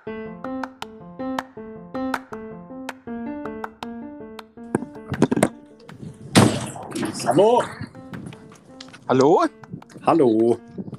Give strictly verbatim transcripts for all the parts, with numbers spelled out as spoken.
Samo. Hallo? Hallo.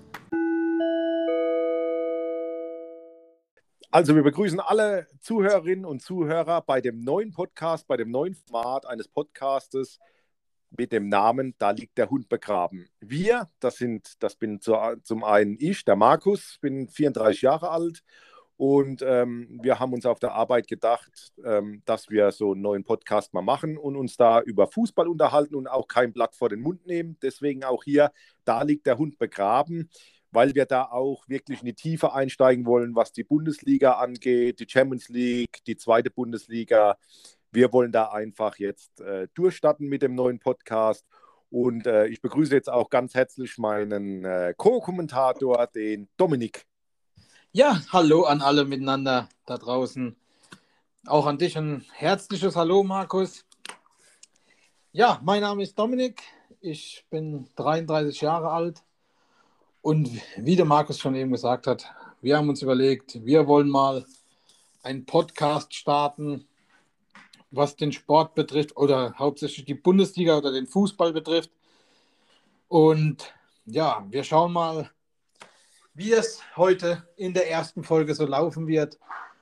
Also wir begrüßen alle Zuhörerinnen und Zuhörer bei dem neuen Podcast, bei dem neuen Format eines Podcastes mit dem Namen Da liegt der Hund begraben. Wir, das sind, das bin zu, zum einen ich, der Markus, bin vierunddreißig Jahre alt und ähm, wir haben uns auf der Arbeit gedacht, ähm, dass wir so einen neuen Podcast mal machen und uns da über Fußball unterhalten und auch kein Blatt vor den Mund nehmen. Deswegen auch hier, Da liegt der Hund begraben, weil wir da auch wirklich in die Tiefe einsteigen wollen, was die Bundesliga angeht, die Champions League, die zweite Bundesliga. Wir wollen da einfach jetzt äh, durchstarten mit dem neuen Podcast. Und äh, ich begrüße jetzt auch ganz herzlich meinen äh, Co-Kommentator, den Dominik. Ja, hallo an alle miteinander da draußen. Auch an dich ein herzliches Hallo, Markus. Ja, mein Name ist Dominik. Ich bin dreiunddreißig Jahre alt. Und wie der Markus schon eben gesagt hat, wir haben uns überlegt, wir wollen mal einen Podcast starten, was den Sport betrifft oder hauptsächlich die Bundesliga oder den Fußball betrifft. Und ja, wir schauen mal, wie es heute in der ersten Folge so laufen wird.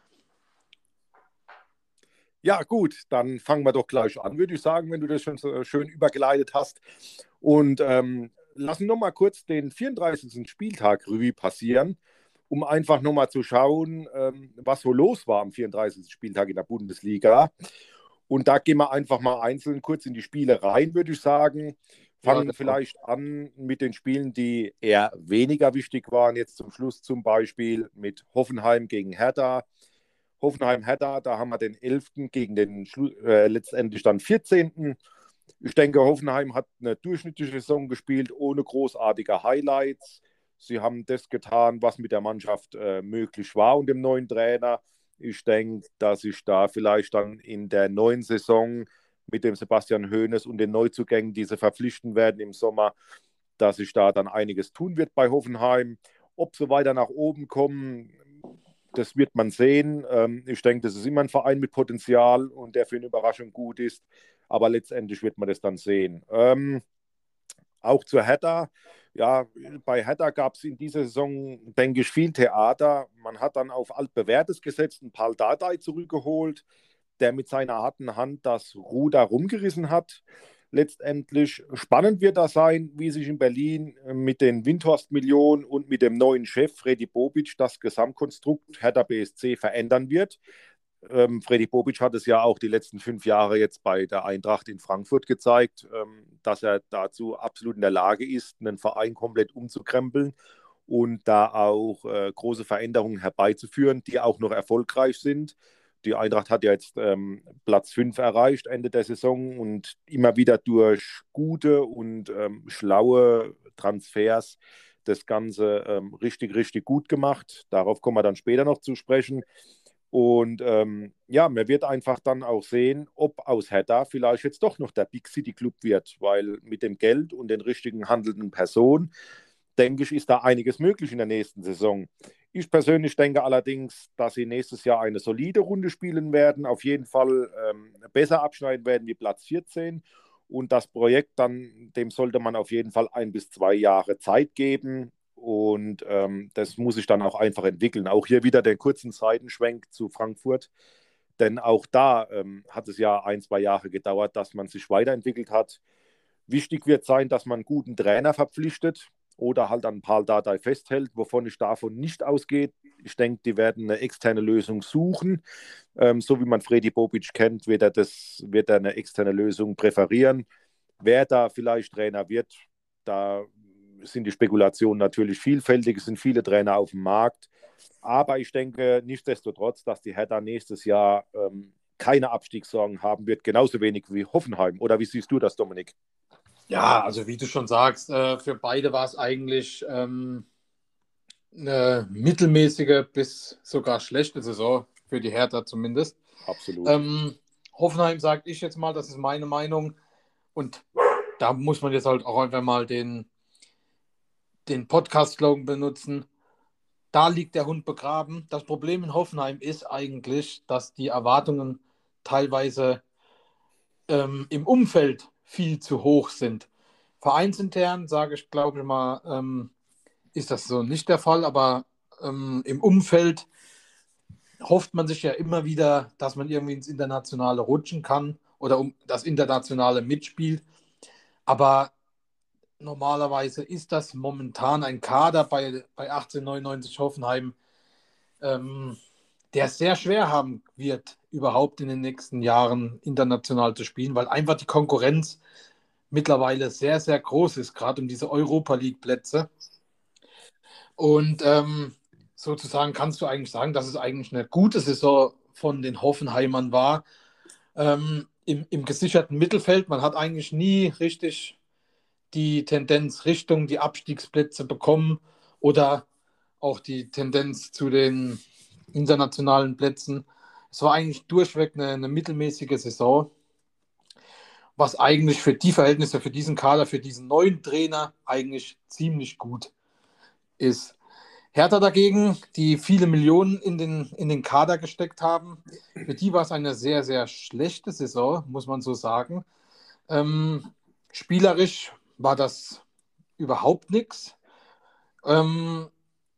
Ja, gut, dann fangen wir doch gleich an, würde ich sagen, wenn du das schon so schön übergeleitet hast. Und ähm, lassen noch mal kurz den vierunddreißigsten Spieltag Revue passieren, um einfach noch mal zu schauen, ähm, was so los war am vierunddreißigsten Spieltag in der Bundesliga. Und da gehen wir einfach mal einzeln kurz in die Spiele rein, würde ich sagen. Fangen Ja, genau. vielleicht an mit den Spielen, die eher weniger wichtig waren. Jetzt zum Schluss zum Beispiel mit Hoffenheim gegen Hertha. Hoffenheim-Hertha, da haben wir den elften gegen den äh, letztendlich dann vierzehnten Ich denke, Hoffenheim hat eine durchschnittliche Saison gespielt, ohne großartige Highlights. Sie haben das getan, was mit der Mannschaft äh, möglich war und dem neuen Trainer. Ich denke, dass sich da vielleicht dann in der neuen Saison mit dem Sebastian Hoeneß und den Neuzugängen, die sie verpflichten werden im Sommer, dass sich da dann einiges tun wird bei Hoffenheim. Ob sie weiter nach oben kommen, das wird man sehen. Ähm, ich denke, das ist immer ein Verein mit Potenzial und der für eine Überraschung gut ist. Aber letztendlich wird man das dann sehen. Ähm, auch zur Hertha. Ja, bei Hertha gab es in dieser Saison, denke ich, viel Theater. Man hat dann auf altbewährtes gesetzt, einen Pal Dardai zurückgeholt, der mit seiner harten Hand das Ruder rumgerissen hat. Letztendlich spannend wird das sein, wie sich in Berlin mit den Windhorst-Millionen und mit dem neuen Chef Freddy Bobic das Gesamtkonstrukt Hertha B S C verändern wird. Ähm, Freddy Bobic hat es ja auch die letzten fünf Jahre jetzt bei der Eintracht in Frankfurt gezeigt, ähm, dass er dazu absolut in der Lage ist, einen Verein komplett umzukrempeln und da auch äh, große Veränderungen herbeizuführen, die auch noch erfolgreich sind. Die Eintracht hat ja jetzt ähm, Platz fünf erreicht Ende der Saison und immer wieder durch gute und ähm, schlaue Transfers das Ganze ähm, richtig, richtig gut gemacht. Darauf kommen wir dann später noch zu sprechen. Und ähm, ja, man wird einfach dann auch sehen, ob aus Hertha vielleicht jetzt doch noch der Big City Club wird, weil mit dem Geld und den richtigen handelnden Personen, denke ich, ist da einiges möglich in der nächsten Saison. Ich persönlich denke allerdings, dass sie nächstes Jahr eine solide Runde spielen werden, auf jeden Fall ähm, besser abschneiden werden wie Platz vierzehn. Und das Projekt dann, dem sollte man auf jeden Fall ein bis zwei Jahre Zeit geben. Und ähm, das muss sich dann auch einfach entwickeln. Auch hier wieder den kurzen Seitenschwenk zu Frankfurt. Denn auch da ähm, hat es ja ein, zwei Jahre gedauert, dass man sich weiterentwickelt hat. Wichtig wird sein, dass man einen guten Trainer verpflichtet oder halt an Pal Dardai festhält, wovon ich davon nicht ausgehe. Ich denke, die werden eine externe Lösung suchen. Ähm, so wie man Freddy Bobic kennt, wird er, das, wird er eine externe Lösung präferieren. Wer da vielleicht Trainer wird, da sind die Spekulationen natürlich vielfältig. Es sind viele Trainer auf dem Markt. Aber ich denke nichtsdestotrotz, dass die Hertha nächstes Jahr ähm, keine Abstiegssorgen haben wird, genauso wenig wie Hoffenheim. Oder wie siehst du das, Dominik? Ja, also wie du schon sagst, äh, für beide war es eigentlich ähm, eine mittelmäßige bis sogar schlechte Saison, für die Hertha zumindest. Absolut. Ähm, Hoffenheim, sage ich jetzt mal, das ist meine Meinung. Und da muss man jetzt halt auch einfach mal den, den Podcast-Slogan benutzen. da liegt der Hund begraben. Das Problem in Hoffenheim ist eigentlich, dass die Erwartungen teilweise ähm, im Umfeld viel zu hoch sind. Vereinsintern, sage ich, glaube ich mal, ähm, ist das so nicht der Fall, aber ähm, im Umfeld hofft man sich ja immer wieder, dass man irgendwie ins Internationale rutschen kann oder um das Internationale mitspielt. Aber normalerweise ist das momentan ein Kader bei, bei achtzehnhundertneunundneunzig Hoffenheim, ähm, der es sehr schwer haben wird, überhaupt in den nächsten Jahren international zu spielen, weil einfach die Konkurrenz mittlerweile sehr, sehr groß ist, gerade um diese Europa League-Plätze. Und ähm, sozusagen kannst du eigentlich sagen, dass es eigentlich eine gute Saison von den Hoffenheimern war. Ähm, im, im gesicherten Mittelfeld, man hat eigentlich nie richtig die Tendenz Richtung die Abstiegsplätze bekommen oder auch die Tendenz zu den internationalen Plätzen. Es war eigentlich durchweg eine, eine mittelmäßige Saison, was eigentlich für die Verhältnisse, für diesen Kader, für diesen neuen Trainer eigentlich ziemlich gut ist. Hertha dagegen, die viele Millionen in den, in den Kader gesteckt haben, für die war es eine sehr, sehr schlechte Saison, muss man so sagen. Ähm, spielerisch war das überhaupt nichts. Ähm,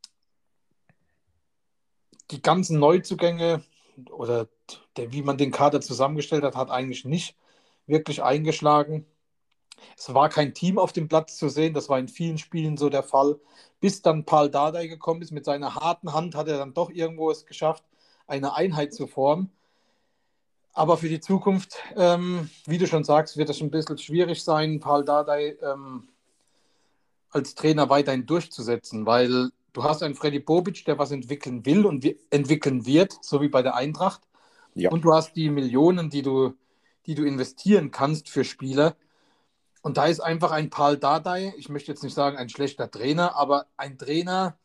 die ganzen Neuzugänge oder der, wie man den Kader zusammengestellt hat, hat eigentlich nicht wirklich eingeschlagen. Es war kein Team auf dem Platz zu sehen, das war in vielen Spielen so der Fall. Bis dann Paul Dardai gekommen ist, mit seiner harten Hand hat er dann doch irgendwo es geschafft, eine Einheit zu formen. Aber für die Zukunft, ähm, wie du schon sagst, wird es ein bisschen schwierig sein, Paul Dardai ähm, als Trainer weiterhin durchzusetzen, weil du hast einen Freddy Bobic, der was entwickeln will und entwickeln wird, so wie bei der Eintracht. Ja. Und du hast die Millionen, die du, die du investieren kannst für Spieler. Und da ist einfach ein Paul Dardai, ich möchte jetzt nicht sagen ein schlechter Trainer, aber ein Trainer,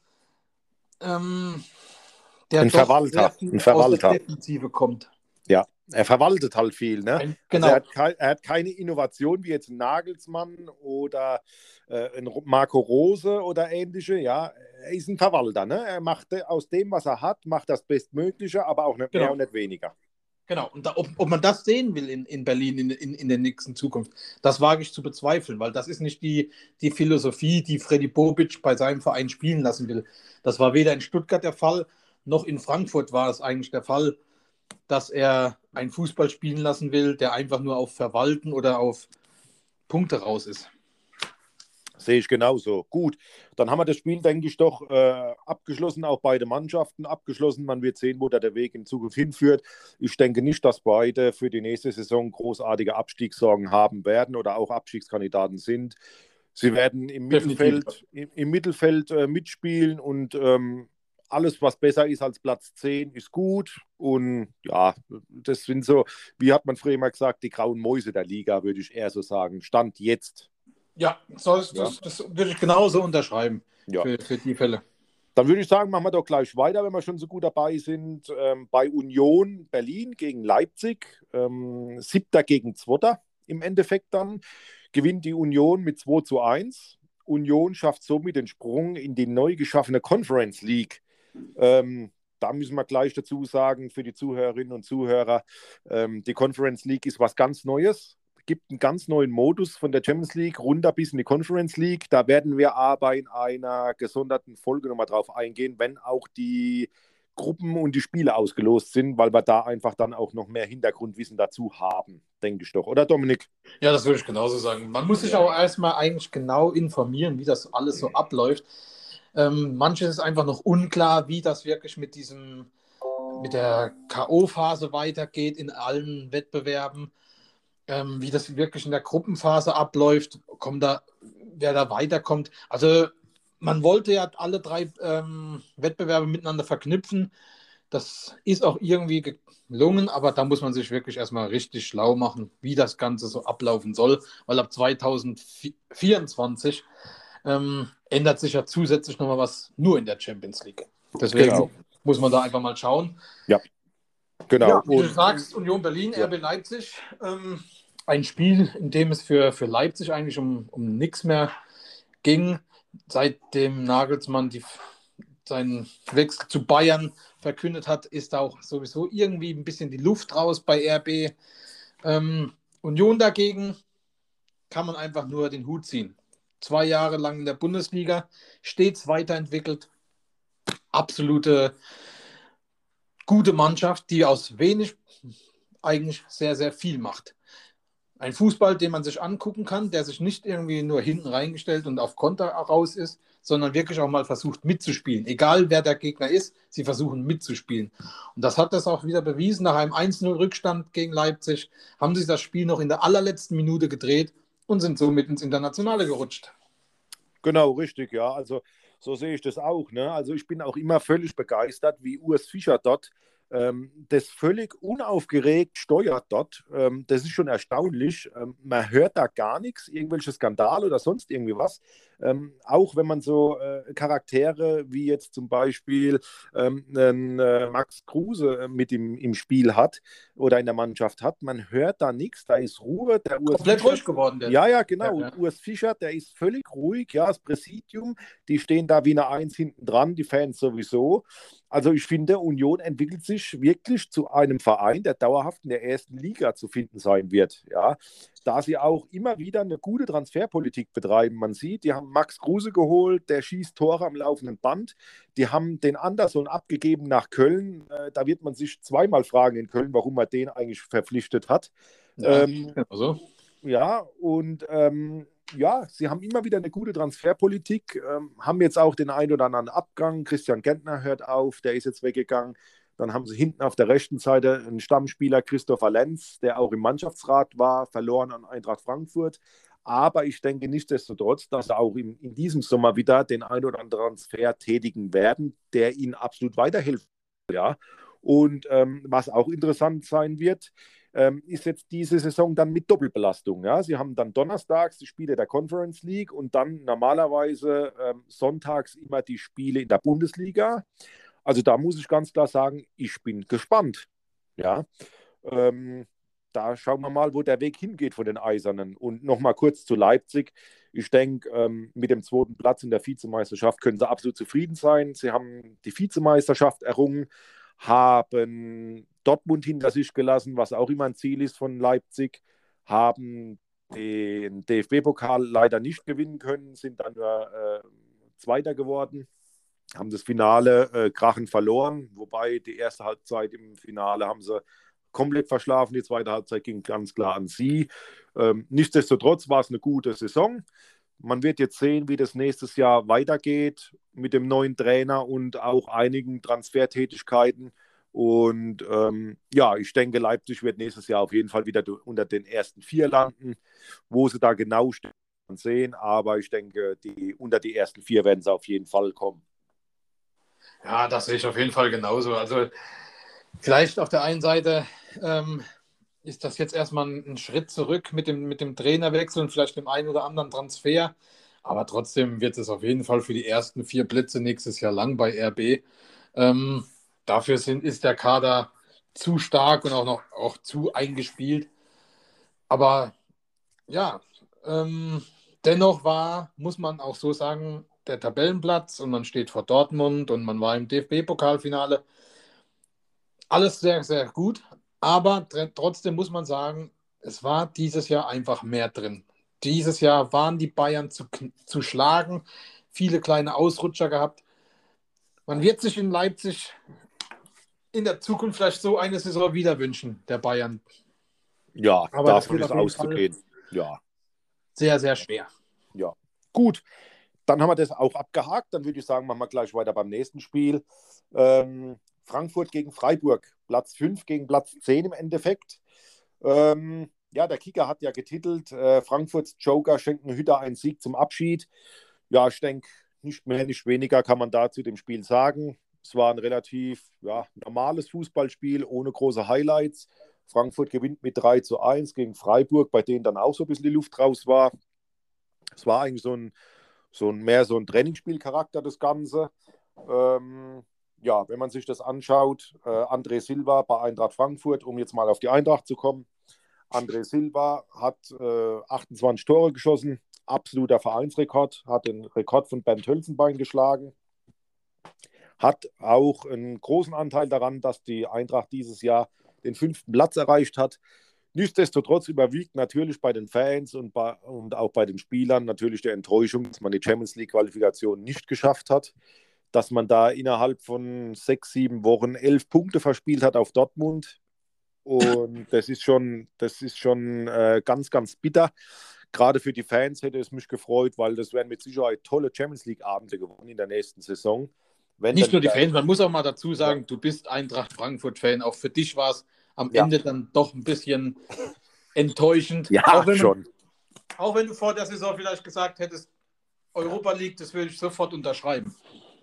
ähm, der Ein doch sehr Verwalter, ein viel aus der Verwalter. Defensive kommt. Ja, er verwaltet halt viel, ne? Ein, Also er genau, hat, kei er hat keine Innovation wie jetzt ein Nagelsmann oder äh, ein Marco Rose oder ähnliche, ja. Er ist ein Verwalter, ne? Er macht aus dem, was er hat, macht das Bestmögliche, aber auch nicht mehr genau. und nicht weniger. Genau, und da, ob, ob man das sehen will in, in Berlin in, in, in der nächsten Zukunft, das wage ich zu bezweifeln, weil das ist nicht die, die Philosophie, die Freddy Bobic bei seinem Verein spielen lassen will. Das war weder in Stuttgart der Fall, noch in Frankfurt war es eigentlich der Fall, dass er einen Fußball spielen lassen will, der einfach nur auf Verwalten oder auf Punkte raus ist. Sehe ich genauso. Gut, dann haben wir das Spiel, denke ich, doch äh, abgeschlossen, auch beide Mannschaften abgeschlossen. Man wird sehen, wo da der Weg in Zukunft hinführt. Ich denke nicht, dass beide für die nächste Saison großartige Abstiegssorgen haben werden oder auch Abstiegskandidaten sind. Sie werden im Definitiv. Mittelfeld, im, im Mittelfeld äh, mitspielen und ähm, alles, was besser ist als Platz zehn, ist gut. Und ja, das sind so, wie hat man früher mal gesagt, die grauen Mäuse der Liga, würde ich eher so sagen. Stand jetzt. Ja, das, Ja. das, das würde ich genauso unterschreiben Ja. für, für die Fälle. Dann würde ich sagen, machen wir doch gleich weiter, wenn wir schon so gut dabei sind. Ähm, bei Union Berlin gegen Leipzig. Ähm, Siebter gegen Zweiter im Endeffekt dann. Gewinnt die Union mit zwei zu eins. Union schafft somit den Sprung in die neu geschaffene Conference League. Ähm, da müssen wir gleich dazu sagen, für die Zuhörerinnen und Zuhörer, ähm, die Conference League ist was ganz Neues. Gibt einen ganz neuen Modus von der Champions League runter bis in die Conference League. Da werden wir aber in einer gesonderten Folge nochmal drauf eingehen, wenn auch die Gruppen und die Spiele ausgelost sind, weil wir da einfach dann auch noch mehr Hintergrundwissen dazu haben, denke ich doch. Oder Dominik? Ja, das würde ich genauso sagen. Man muss sich Ja. auch erstmal eigentlich genau informieren, wie das alles so abläuft. Ähm, manches ist einfach noch unklar, wie das wirklich mit diesem, mit der K O-Phase weitergeht in allen Wettbewerben, ähm, wie das wirklich in der Gruppenphase abläuft, kommt da, wer da weiterkommt. Also man wollte ja alle drei ähm, Wettbewerbe miteinander verknüpfen. Das ist auch irgendwie gelungen, aber da muss man sich wirklich erstmal richtig schlau machen, wie das Ganze so ablaufen soll, weil ab zwanzig vierundzwanzig ähm, ändert sich ja zusätzlich nochmal was nur in der Champions League. Deswegen Genau. muss man da einfach mal schauen. Ja, genau. Ja, wie du Und, sagst, Union Berlin, ja. R B Leipzig, ähm, ein Spiel, in dem es für, für Leipzig eigentlich um, um nichts mehr ging, seitdem Nagelsmann die, seinen Wechsel zu Bayern verkündet hat, ist auch sowieso irgendwie ein bisschen die Luft raus bei R B. Ähm, Union dagegen kann man einfach nur den Hut ziehen. Zwei Jahre lang in der Bundesliga, stets weiterentwickelt, absolute gute Mannschaft, die aus wenig eigentlich sehr, sehr viel macht. Ein Fußball, den man sich angucken kann, der sich nicht irgendwie nur hinten reingestellt und auf Konter raus ist, sondern wirklich auch mal versucht mitzuspielen. Egal wer der Gegner ist, sie versuchen mitzuspielen. Und das hat das auch wieder bewiesen. Nach einem eins null Rückstand gegen Leipzig haben sie das Spiel noch in der allerletzten Minute gedreht und sind somit ins Internationale gerutscht. Genau, richtig, ja. Also so sehe ich das auch. Ne? Also ich bin auch immer völlig begeistert, wie Urs Fischer dort ähm, das völlig unaufgeregt steuert dort. Ähm, das ist schon erstaunlich. Ähm, man hört da gar nichts, irgendwelche Skandale oder sonst irgendwie was. Ähm, auch wenn man so äh, Charaktere wie jetzt zum Beispiel ähm, einen, äh, Max Kruse mit im, im Spiel hat oder in der Mannschaft hat, man hört da nichts, da ist Ruhe. Der Urs Komplett Fischer, ruhig geworden, der. ja, ja, genau. Ja, Und ja. Urs Fischer, der ist völlig ruhig. Ja, das Präsidium, die stehen da wie eine Eins hinten dran, die Fans sowieso. Also ich finde, Union entwickelt sich wirklich zu einem Verein, der dauerhaft in der ersten Liga zu finden sein wird. Ja, da sie auch immer wieder eine gute Transferpolitik betreiben. Man sieht, die haben Max Kruse geholt, der schießt Tore am laufenden Band. Die haben den Anderson abgegeben nach Köln. Äh, da wird man sich zweimal fragen in Köln, warum man den eigentlich verpflichtet hat. Ja, Ähm, genau so. ja, und ähm, ja, sie haben immer wieder eine gute Transferpolitik, ähm, haben jetzt auch den einen oder anderen Abgang. Christian Gentner hört auf, der ist jetzt weggegangen. Dann haben sie hinten auf der rechten Seite einen Stammspieler, Christopher Lenz, der auch im Mannschaftsrat war, verloren an Eintracht Frankfurt. Aber ich denke nichtsdestotrotz, dass sie auch in, in diesem Sommer wieder den einen oder anderen Transfer tätigen werden, der ihnen absolut weiterhilft. Ja. Und ähm, was auch interessant sein wird, ähm, ist jetzt diese Saison dann mit Doppelbelastung. Ja? Sie haben dann donnerstags die Spiele der Conference League und dann normalerweise ähm, sonntags immer die Spiele in der Bundesliga. Also da muss ich ganz klar sagen, ich bin gespannt. Ja, ähm, da schauen wir mal, wo der Weg hingeht von den Eisernen. Und nochmal kurz zu Leipzig. Ich denke, ähm, mit dem zweiten Platz in der Vizemeisterschaft können sie absolut zufrieden sein. Sie haben die Vizemeisterschaft errungen, haben Dortmund hinter sich gelassen, was auch immer ein Ziel ist von Leipzig, haben den D F B-Pokal leider nicht gewinnen können, sind dann nur äh, Zweiter geworden, haben das Finale äh, krachend verloren, wobei die erste Halbzeit im Finale haben sie komplett verschlafen, die zweite Halbzeit ging ganz klar an sie. Ähm, nichtsdestotrotz war es eine gute Saison. Man wird jetzt sehen, wie das nächstes Jahr weitergeht mit dem neuen Trainer und auch einigen Transfertätigkeiten. Und ähm, ja, ich denke, Leipzig wird nächstes Jahr auf jeden Fall wieder unter den ersten vier landen. Wo sie da genau stehen, sehen. Aber ich denke, die, unter die ersten vier werden sie auf jeden Fall kommen. Ja, das sehe ich auf jeden Fall genauso. Also vielleicht auf der einen Seite ähm, ist das jetzt erstmal ein Schritt zurück mit dem, mit dem Trainerwechsel und vielleicht dem einen oder anderen Transfer. Aber trotzdem wird es auf jeden Fall für die ersten vier Plätze nächstes Jahr lang bei R B. Ähm, dafür sind, ist der Kader zu stark und auch noch auch zu eingespielt. Aber ja, ähm, dennoch war, muss man auch so sagen, der Tabellenplatz und man steht vor Dortmund und man war im D F B-Pokalfinale. Alles sehr, sehr gut, aber tr- trotzdem muss man sagen, es war dieses Jahr einfach mehr drin. Dieses Jahr waren die Bayern zu, kn- zu schlagen, viele kleine Ausrutscher gehabt. Man wird sich in Leipzig in der Zukunft vielleicht so eine Saison wieder wünschen, der Bayern. Ja, Aber das davon wird ist auf jeden Fall auszugehen. Ja, sehr, sehr schwer. ja. Gut, dann haben wir das auch abgehakt. Dann würde ich sagen, machen wir gleich weiter beim nächsten Spiel. Ähm, Frankfurt gegen Freiburg. Platz fünf gegen Platz zehn im Endeffekt. Ähm, ja, der Kicker hat ja getitelt, äh, Frankfurts Joker schenken Hütter einen Sieg zum Abschied. Ja, ich denke, nicht mehr, nicht weniger kann man da zu dem Spiel sagen. Es war ein relativ ja, normales Fußballspiel ohne große Highlights. Frankfurt gewinnt mit drei zu eins gegen Freiburg, bei denen dann auch so ein bisschen die Luft raus war. Es war eigentlich so ein, so ein mehr so ein Trainingsspielcharakter, das Ganze. Ähm, ja, wenn man sich das anschaut, äh, André Silva bei Eintracht Frankfurt, um jetzt mal auf die Eintracht zu kommen. André Silva hat äh, achtundzwanzig Tore geschossen, absoluter Vereinsrekord, hat den Rekord von Bernd Hölzenbein geschlagen, hat auch einen großen Anteil daran, dass die Eintracht dieses Jahr den fünften Platz erreicht hat. Nichtsdestotrotz überwiegt natürlich bei den Fans und, bei, und auch bei den Spielern natürlich die Enttäuschung, dass man die Champions League-Qualifikation nicht geschafft hat, dass man da innerhalb von sechs, sieben Wochen elf Punkte verspielt hat auf Dortmund. Und das ist schon, das ist schon äh, ganz, ganz bitter. Gerade für die Fans hätte es mich gefreut, weil das wären mit Sicherheit tolle Champions League-Abende geworden in der nächsten Saison. Wenn Nicht dann nur die wieder, Fans, man muss auch mal dazu ja, sagen, du bist Eintracht Frankfurt-Fan. Auch für dich war es am ja, Ende dann doch ein bisschen enttäuschend. ja, Auch wenn man, schon. auch wenn du vor der Saison vielleicht gesagt hättest, Europa League, das würde ich sofort unterschreiben.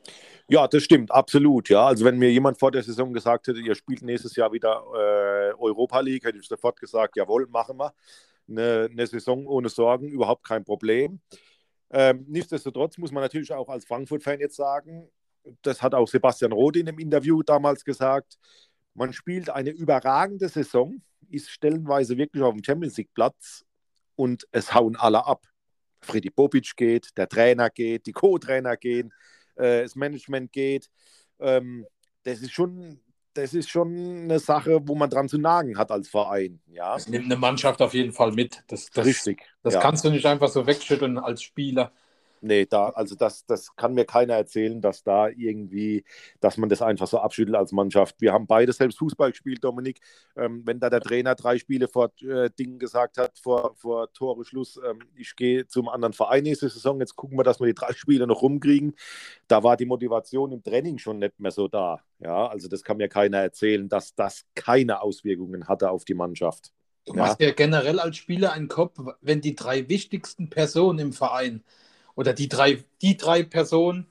Ja, das stimmt, absolut. Ja, also wenn mir jemand vor der Saison gesagt hätte, ihr spielt nächstes Jahr wieder äh, Europa League, hätte ich sofort gesagt, jawohl, machen wir. Eine, eine Saison ohne Sorgen, überhaupt kein Problem. Ähm, nichtsdestotrotz muss man natürlich auch als Frankfurt-Fan jetzt sagen, das hat auch Sebastian Roth in dem Interview damals gesagt, man spielt eine überragende Saison, ist stellenweise wirklich auf dem Champions League-Platz und es hauen alle ab. Freddy Bobic geht, der Trainer geht, die Co-Trainer gehen, äh, das Management geht. Ähm, das ist schon, das ist schon eine Sache, wo man dran zu nagen hat als Verein. Ja, Das nimmt eine Mannschaft auf jeden Fall mit. Das, das, richtig. das Ja. kannst du nicht einfach so wegschütteln als Spieler. Nee, da, also das, das kann mir keiner erzählen, dass da irgendwie, dass man das einfach so abschüttelt als Mannschaft. Wir haben beide selbst Fußball gespielt, Dominik. Ähm, wenn da der Trainer drei Spiele vor äh, Dingen gesagt hat, vor, vor Toreschluss, ähm, ich gehe zum anderen Verein nächste Saison, jetzt gucken wir, dass wir die drei Spiele noch rumkriegen, da war die Motivation im Training schon nicht mehr so da. Ja, also das kann mir keiner erzählen, dass das keine Auswirkungen hatte auf die Mannschaft. Du Ja, machst ja generell als Spieler einen Kopf, wenn die drei wichtigsten Personen im Verein oder die drei, die drei Personen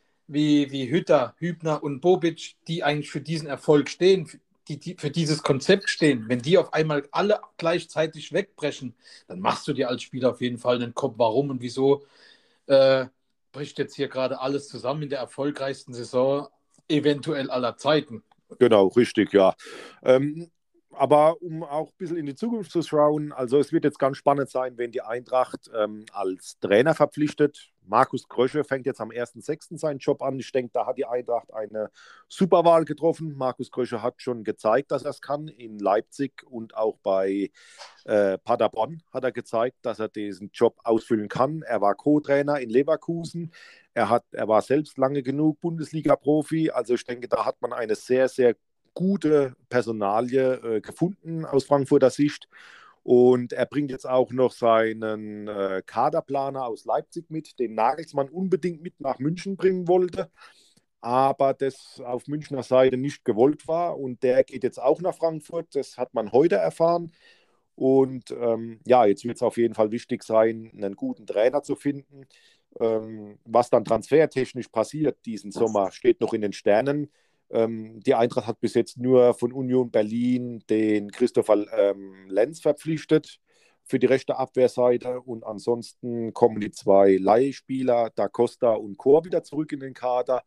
wie, wie Hütter, Hübner und Bobic, die eigentlich für diesen Erfolg stehen, die, die für dieses Konzept stehen, wenn die auf einmal alle gleichzeitig wegbrechen, dann machst du dir als Spieler auf jeden Fall einen Kopf, warum und wieso äh, bricht jetzt hier gerade alles zusammen in der erfolgreichsten Saison eventuell aller Zeiten. genau, richtig, ja. Ähm, aber um auch ein bisschen in die Zukunft zu schauen, also es wird jetzt ganz spannend sein, wenn die Eintracht ähm, als Trainer verpflichtet. Markus Krösche fängt jetzt am ersten sechsten seinen Job an. Ich denke, da hat die Eintracht eine Superwahl getroffen. Markus Krösche hat schon gezeigt, dass er es kann. In Leipzig und auch bei äh, Paderborn hat er gezeigt, dass er diesen Job ausfüllen kann. Er war Co-Trainer in Leverkusen. Er, hat, er war selbst lange genug Bundesliga-Profi. Also ich denke, da hat man eine sehr, sehr gute Personalie äh, gefunden aus Frankfurter Sicht. Und er bringt jetzt auch noch seinen äh, Kaderplaner aus Leipzig mit, den Nagelsmann unbedingt mit nach München bringen wollte, aber das auf Münchner Seite nicht gewollt war. Und der geht jetzt auch nach Frankfurt. Das hat man heute erfahren. Und ähm, ja, jetzt wird es auf jeden Fall wichtig sein, einen guten Trainer zu finden. Ähm, was dann transfertechnisch passiert diesen Sommer, steht noch in den Sternen. Ähm, die Eintracht hat bis jetzt nur von Union Berlin den Christopher ähm, Lenz verpflichtet für die rechte Abwehrseite. Und ansonsten kommen die zwei Leihspieler, Da Costa und Chor, wieder zurück in den Kader.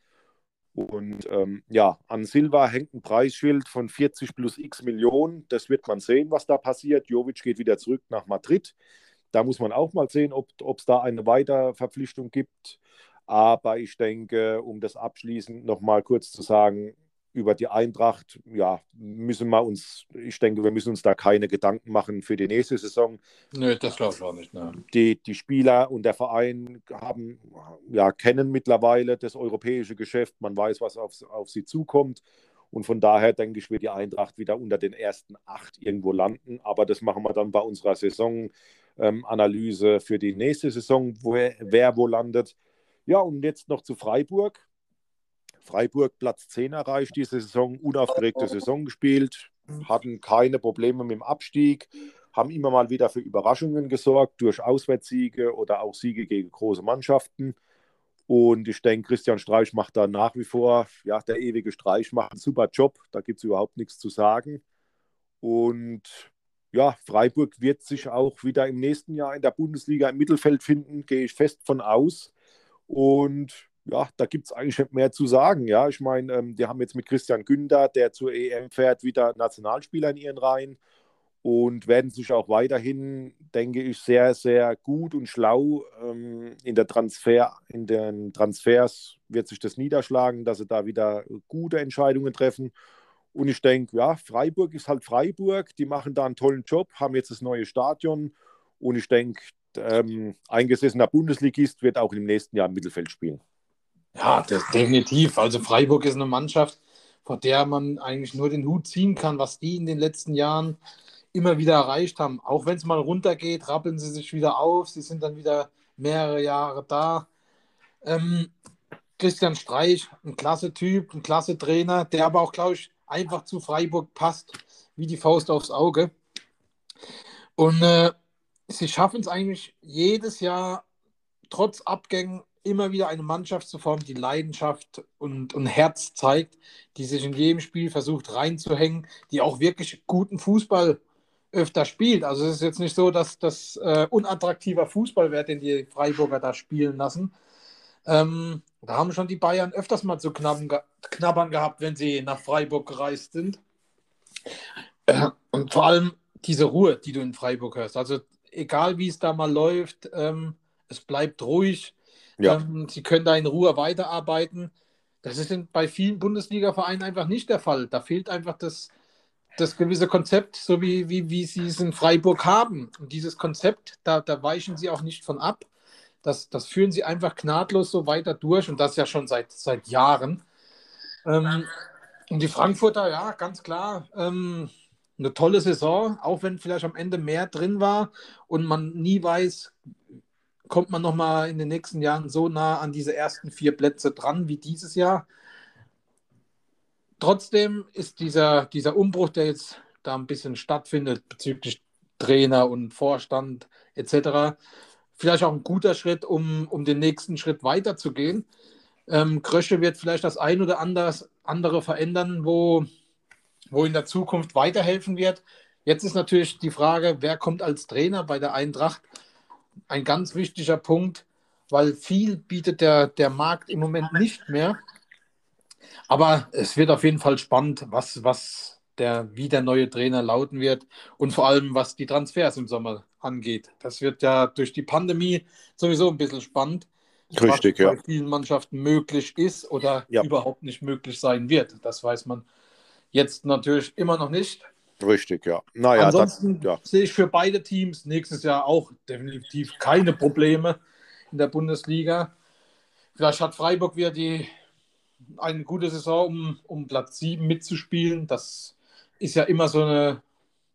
Und ähm, ja, an Silva hängt ein Preisschild von vierzig plus x Millionen. Das wird man sehen, was da passiert. Jovic geht wieder zurück nach Madrid. Da muss man auch mal sehen, ob es da eine Weiterverpflichtung gibt. Aber ich denke, um das abschließend noch mal kurz zu sagen, über die Eintracht, ja, müssen wir uns, ich denke, wir müssen uns da keine Gedanken machen für die nächste Saison. Nö, das glaube ich auch nicht. Ne. Die, die Spieler und der Verein haben, ja, kennen mittlerweile das europäische Geschäft. Man weiß, was auf, auf sie zukommt. Und von daher denke ich, wird die Eintracht wieder unter den ersten acht irgendwo landen. Aber das machen wir dann bei unserer Saisonanalyse ähm, für die nächste Saison, wo, wer wo landet. Ja, und jetzt noch zu Freiburg. Freiburg Platz zehn erreicht diese Saison, unaufgeregte Saison gespielt, hatten keine Probleme mit dem Abstieg, haben immer mal wieder für Überraschungen gesorgt durch Auswärtssiege oder auch Siege gegen große Mannschaften. Und ich denke, Christian Streich macht da nach wie vor, ja, der ewige Streich macht einen super Job, da gibt es überhaupt nichts zu sagen. Und ja, Freiburg wird sich auch wieder im nächsten Jahr in der Bundesliga im Mittelfeld finden, gehe ich fest von aus. Und ja, da gibt es eigentlich nicht mehr zu sagen. Ja, ich meine, ähm, die haben jetzt mit Christian Günther, der zur E M fährt, wieder Nationalspieler in ihren Reihen. und werden sich auch weiterhin, denke ich, sehr, sehr gut und schlau ähm, in der Transfer, in den Transfers wird sich das niederschlagen, dass sie da wieder gute Entscheidungen treffen. Und ich denke, ja, Freiburg ist halt Freiburg, die machen da einen tollen Job, haben jetzt das neue Stadion und ich denke, ähm, eingesessener Bundesligist wird auch im nächsten Jahr im Mittelfeld spielen. Ja, das definitiv. Also Freiburg ist eine Mannschaft, vor der man eigentlich nur den Hut ziehen kann, was die in den letzten Jahren immer wieder erreicht haben. Auch wenn es mal runtergeht, rappeln sie sich wieder auf. Sie sind dann wieder mehrere Jahre da. Ähm, Christian Streich, ein klasse Typ, ein klasse Trainer, der aber auch, glaube ich, einfach zu Freiburg passt, wie die Faust aufs Auge. Und äh, sie schaffen es eigentlich jedes Jahr, trotz Abgängen, immer wieder eine Mannschaft zu formen, die Leidenschaft und, und Herz zeigt, die sich in jedem Spiel versucht reinzuhängen, die auch wirklich guten Fußball öfter spielt. Also es ist jetzt nicht so, dass das äh, unattraktiver Fußball wird, den die Freiburger da spielen lassen. Ähm, da haben schon die Bayern öfters mal zu knabbern, knabbern gehabt, wenn sie nach Freiburg gereist sind. Äh, und vor allem diese Ruhe, die du in Freiburg hörst. Also egal, wie es da mal läuft, ähm, es bleibt ruhig. Ja, Ähm, sie können da in Ruhe weiterarbeiten. Das ist in, bei vielen Bundesliga-Vereinen einfach nicht der Fall. Da fehlt einfach das, das gewisse Konzept, so wie, wie, wie sie es in Freiburg haben. Und dieses Konzept, da, da weichen sie auch nicht von ab. Das, das führen sie einfach gnadlos so weiter durch und das ja schon seit, seit Jahren. Ähm, und die Frankfurter, ja, ganz klar, ähm, eine tolle Saison, auch wenn vielleicht am Ende mehr drin war und man nie weiß, kommt man nochmal in den nächsten Jahren so nah an diese ersten vier Plätze dran wie dieses Jahr. Trotzdem ist dieser, dieser Umbruch, der jetzt da ein bisschen stattfindet bezüglich Trainer und Vorstand et cetera, vielleicht auch ein guter Schritt, um, um den nächsten Schritt weiterzugehen. Ähm, Krösche wird vielleicht das ein oder anders, andere verändern, wo, wo in der Zukunft weiterhelfen wird. Jetzt ist natürlich die Frage, wer kommt als Trainer bei der Eintracht? Ein ganz wichtiger Punkt, weil viel bietet der, der Markt im Moment nicht mehr. Aber es wird auf jeden Fall spannend, was, was der, wie der neue Trainer lauten wird und vor allem, was die Transfers im Sommer angeht. Das wird ja durch die Pandemie sowieso ein bisschen spannend, was richtig, ja. bei vielen Mannschaften möglich ist oder Ja, überhaupt nicht möglich sein wird. Das weiß man jetzt natürlich immer noch nicht. richtig, ja. Naja, das, Ansonsten ja. sehe ich für beide Teams nächstes Jahr auch definitiv keine Probleme in der Bundesliga. Vielleicht hat Freiburg wieder die, eine gute Saison, um, um Platz sieben mitzuspielen. Das ist ja immer so eine,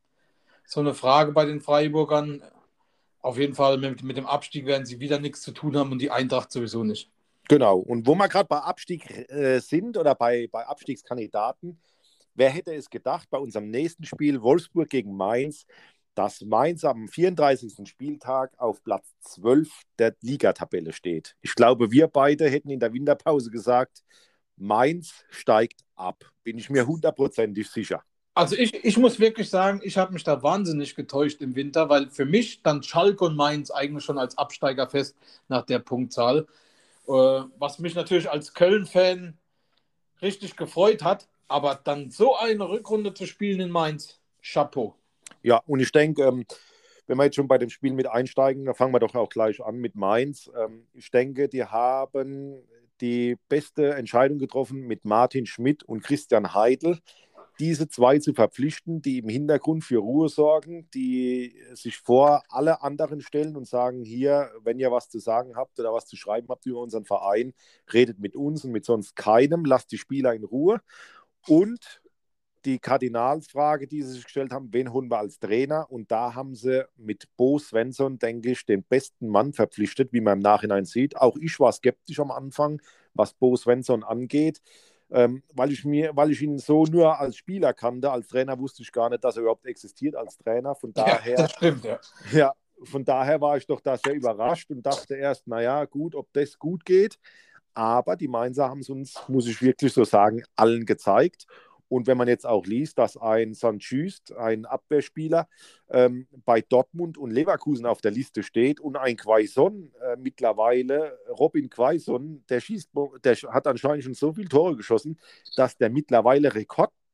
so eine Frage bei den Freiburgern. Auf jeden Fall mit, mit dem Abstieg werden sie wieder nichts zu tun haben und die Eintracht sowieso nicht. Genau. Und wo wir gerade bei Abstieg äh, sind oder bei, bei Abstiegskandidaten, wer hätte es gedacht, bei unserem nächsten Spiel Wolfsburg gegen Mainz, dass Mainz am vierunddreißigsten Spieltag auf Platz zwölf der Ligatabelle steht. Ich glaube, wir beide hätten in der Winterpause gesagt, Mainz steigt ab. Bin ich mir hundertprozentig sicher. Also ich, ich muss wirklich sagen, ich habe mich da wahnsinnig getäuscht im Winter, weil für mich stand Schalke und Mainz eigentlich schon als Absteiger fest nach der Punktzahl. Äh, was mich natürlich als Köln-Fan richtig gefreut hat, aber dann so eine Rückrunde zu spielen in Mainz, Chapeau. Ja, und ich denke, ähm, wenn wir jetzt schon bei dem Spiel mit einsteigen, dann fangen wir doch auch gleich an mit Mainz. Ähm, ich denke, die haben die beste Entscheidung getroffen, mit Martin Schmidt und Christian Heidel diese zwei zu verpflichten, die im Hintergrund für Ruhe sorgen, die sich vor alle anderen stellen und sagen, hier, wenn ihr was zu sagen habt oder was zu schreiben habt über unseren Verein, redet mit uns und mit sonst keinem, lasst die Spieler in Ruhe. Und die Kardinalsfrage, die sie sich gestellt haben, wen holen wir als Trainer? Und da haben sie mit Bo Svensson, denke ich, den besten Mann verpflichtet, wie man im Nachhinein sieht. Auch ich war skeptisch am Anfang, was Bo Svensson angeht, ähm, weil, ich mir, weil ich ihn so nur als Spieler kannte. Als Trainer wusste ich gar nicht, dass er überhaupt existiert als Trainer. Von Ja, daher, das stimmt, ja. ja, von daher war ich doch da sehr überrascht und dachte erst, naja, gut, ob das gut geht. Aber die Mainzer haben es uns, muss ich wirklich so sagen, allen gezeigt. Und wenn man jetzt auch liest, dass ein Sanchüst, ein Abwehrspieler, ähm, bei Dortmund und Leverkusen auf der Liste steht und ein Quaison äh, mittlerweile, Robin Quaison, der schießt, der hat anscheinend schon so viele Tore geschossen, dass der mittlerweile Rekord,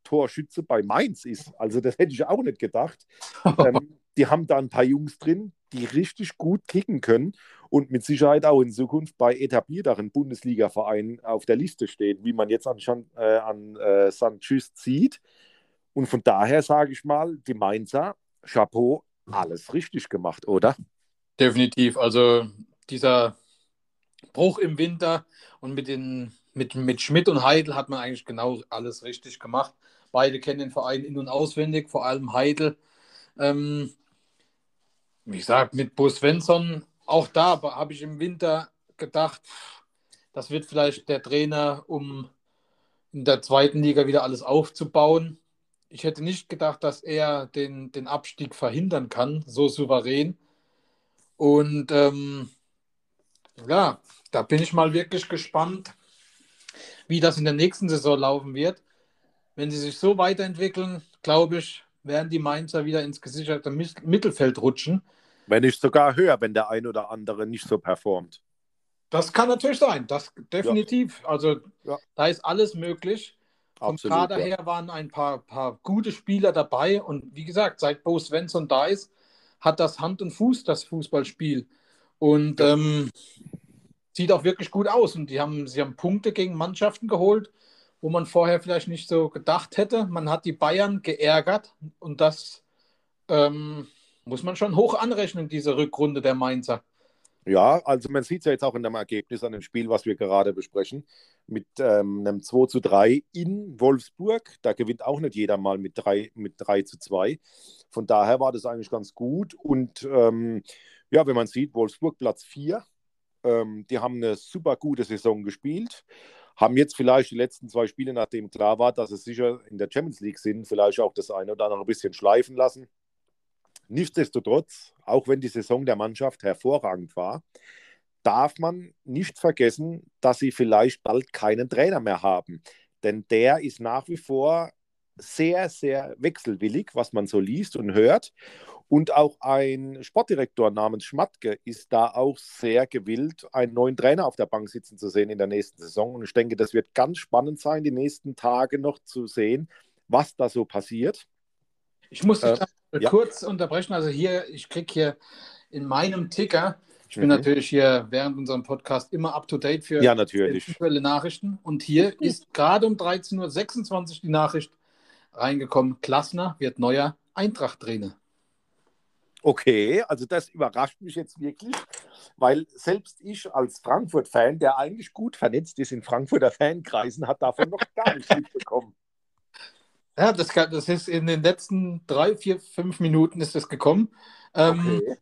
Torschütze bei Mainz ist. Also das hätte ich auch nicht gedacht. ähm, die haben da ein paar Jungs drin, die richtig gut kicken können und mit Sicherheit auch in Zukunft bei etablierteren Bundesliga-Vereinen auf der Liste stehen, wie man jetzt an, äh, an äh, Sankt Just sieht. Und von daher sage ich mal, die Mainzer, Chapeau, alles richtig gemacht, oder? Definitiv. Also dieser Bruch im Winter und mit, den, mit, mit Schmidt und Heidel hat man eigentlich genau alles richtig gemacht. Beide kennen den Verein in- und auswendig, vor allem Heidel. Ähm, wie gesagt, mit Bo Svensson, auch da habe ich im Winter gedacht, das wird vielleicht der Trainer, um in der zweiten Liga wieder alles aufzubauen. Ich hätte nicht gedacht, dass er den, den Abstieg verhindern kann, so souverän. Und ähm, ja, da bin ich mal wirklich gespannt, wie das in der nächsten Saison laufen wird. Wenn sie sich so weiterentwickeln, glaube ich, werden die Mainzer wieder ins gesicherte Mittelfeld rutschen. Wenn nicht sogar höher, wenn der ein oder andere nicht so performt. Das kann natürlich sein, das definitiv. Ja. Also ja. da ist alles möglich. Vom Absolut, Kader ja. her waren ein paar, paar gute Spieler dabei. Und wie gesagt, seit Bo Svensson da ist, hat das Hand und Fuß, das Fußballspiel. Und ja. ähm, sieht auch wirklich gut aus. Und die haben, sie haben Punkte gegen Mannschaften geholt, wo man vorher vielleicht nicht so gedacht hätte. Man hat die Bayern geärgert. Und das ähm, muss man schon hoch anrechnen, diese Rückrunde der Mainzer. Ja, also man sieht es ja jetzt auch in dem Ergebnis an dem Spiel, was wir gerade besprechen, mit ähm, einem zwei zu drei in Wolfsburg. Da gewinnt auch nicht jeder mal mit drei, mit drei zu zwei. Von daher war das eigentlich ganz gut. Und ähm, ja, wenn man sieht, Wolfsburg Platz vier, ähm, die haben eine super gute Saison gespielt, haben jetzt vielleicht die letzten zwei Spiele, nachdem klar war, dass es sicher in der Champions League sind, vielleicht auch das eine oder andere ein bisschen schleifen lassen. Nichtsdestotrotz, auch wenn die Saison der Mannschaft hervorragend war, darf man nicht vergessen, dass sie vielleicht bald keinen Trainer mehr haben. Denn der ist nach wie vor sehr, sehr wechselwillig, was man so liest und hört. Und auch ein Sportdirektor namens Schmatke ist da auch sehr gewillt, einen neuen Trainer auf der Bank sitzen zu sehen in der nächsten Saison. Und ich denke, das wird ganz spannend sein, die nächsten Tage noch zu sehen, was da so passiert. Ich muss dich äh, da ja. kurz unterbrechen. Also hier, ich kriege hier in meinem Ticker, ich bin mhm. natürlich hier während unserem Podcast immer up-to-date für ja, aktuelle Nachrichten. Und hier ist gerade um dreizehn Uhr sechsundzwanzig die Nachricht reingekommen, Klassner wird neuer Eintracht-Trainer. Okay, also das überrascht mich jetzt wirklich, weil selbst ich als Frankfurt-Fan, der eigentlich gut vernetzt ist in Frankfurter Fankreisen, hat davon noch gar nichts mitbekommen. Ja, das, das ist in den letzten drei, vier, fünf Minuten ist das gekommen. Ähm, okay.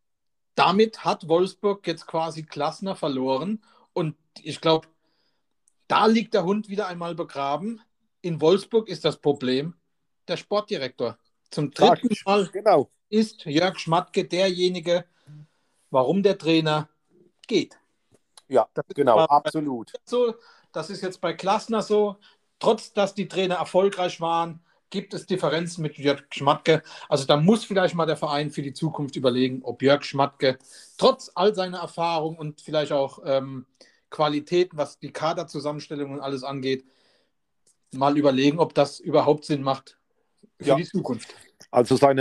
Damit hat Wolfsburg jetzt quasi Klassner verloren und ich glaube, da liegt der Hund wieder einmal begraben. In Wolfsburg ist das Problem der Sportdirektor. Zum dritten Mal genau. ist Jörg Schmatke derjenige, warum der Trainer geht. Ja, das genau, absolut. So, das ist jetzt bei Klassner so. Trotz, dass die Trainer erfolgreich waren, gibt es Differenzen mit Jörg Schmatke. Also da muss vielleicht mal der Verein für die Zukunft überlegen, ob Jörg Schmatke trotz all seiner Erfahrung und vielleicht auch ähm, Qualitäten, was die Kaderzusammenstellung und alles angeht, mal überlegen, ob das überhaupt Sinn macht für ja. die Zukunft. Also seine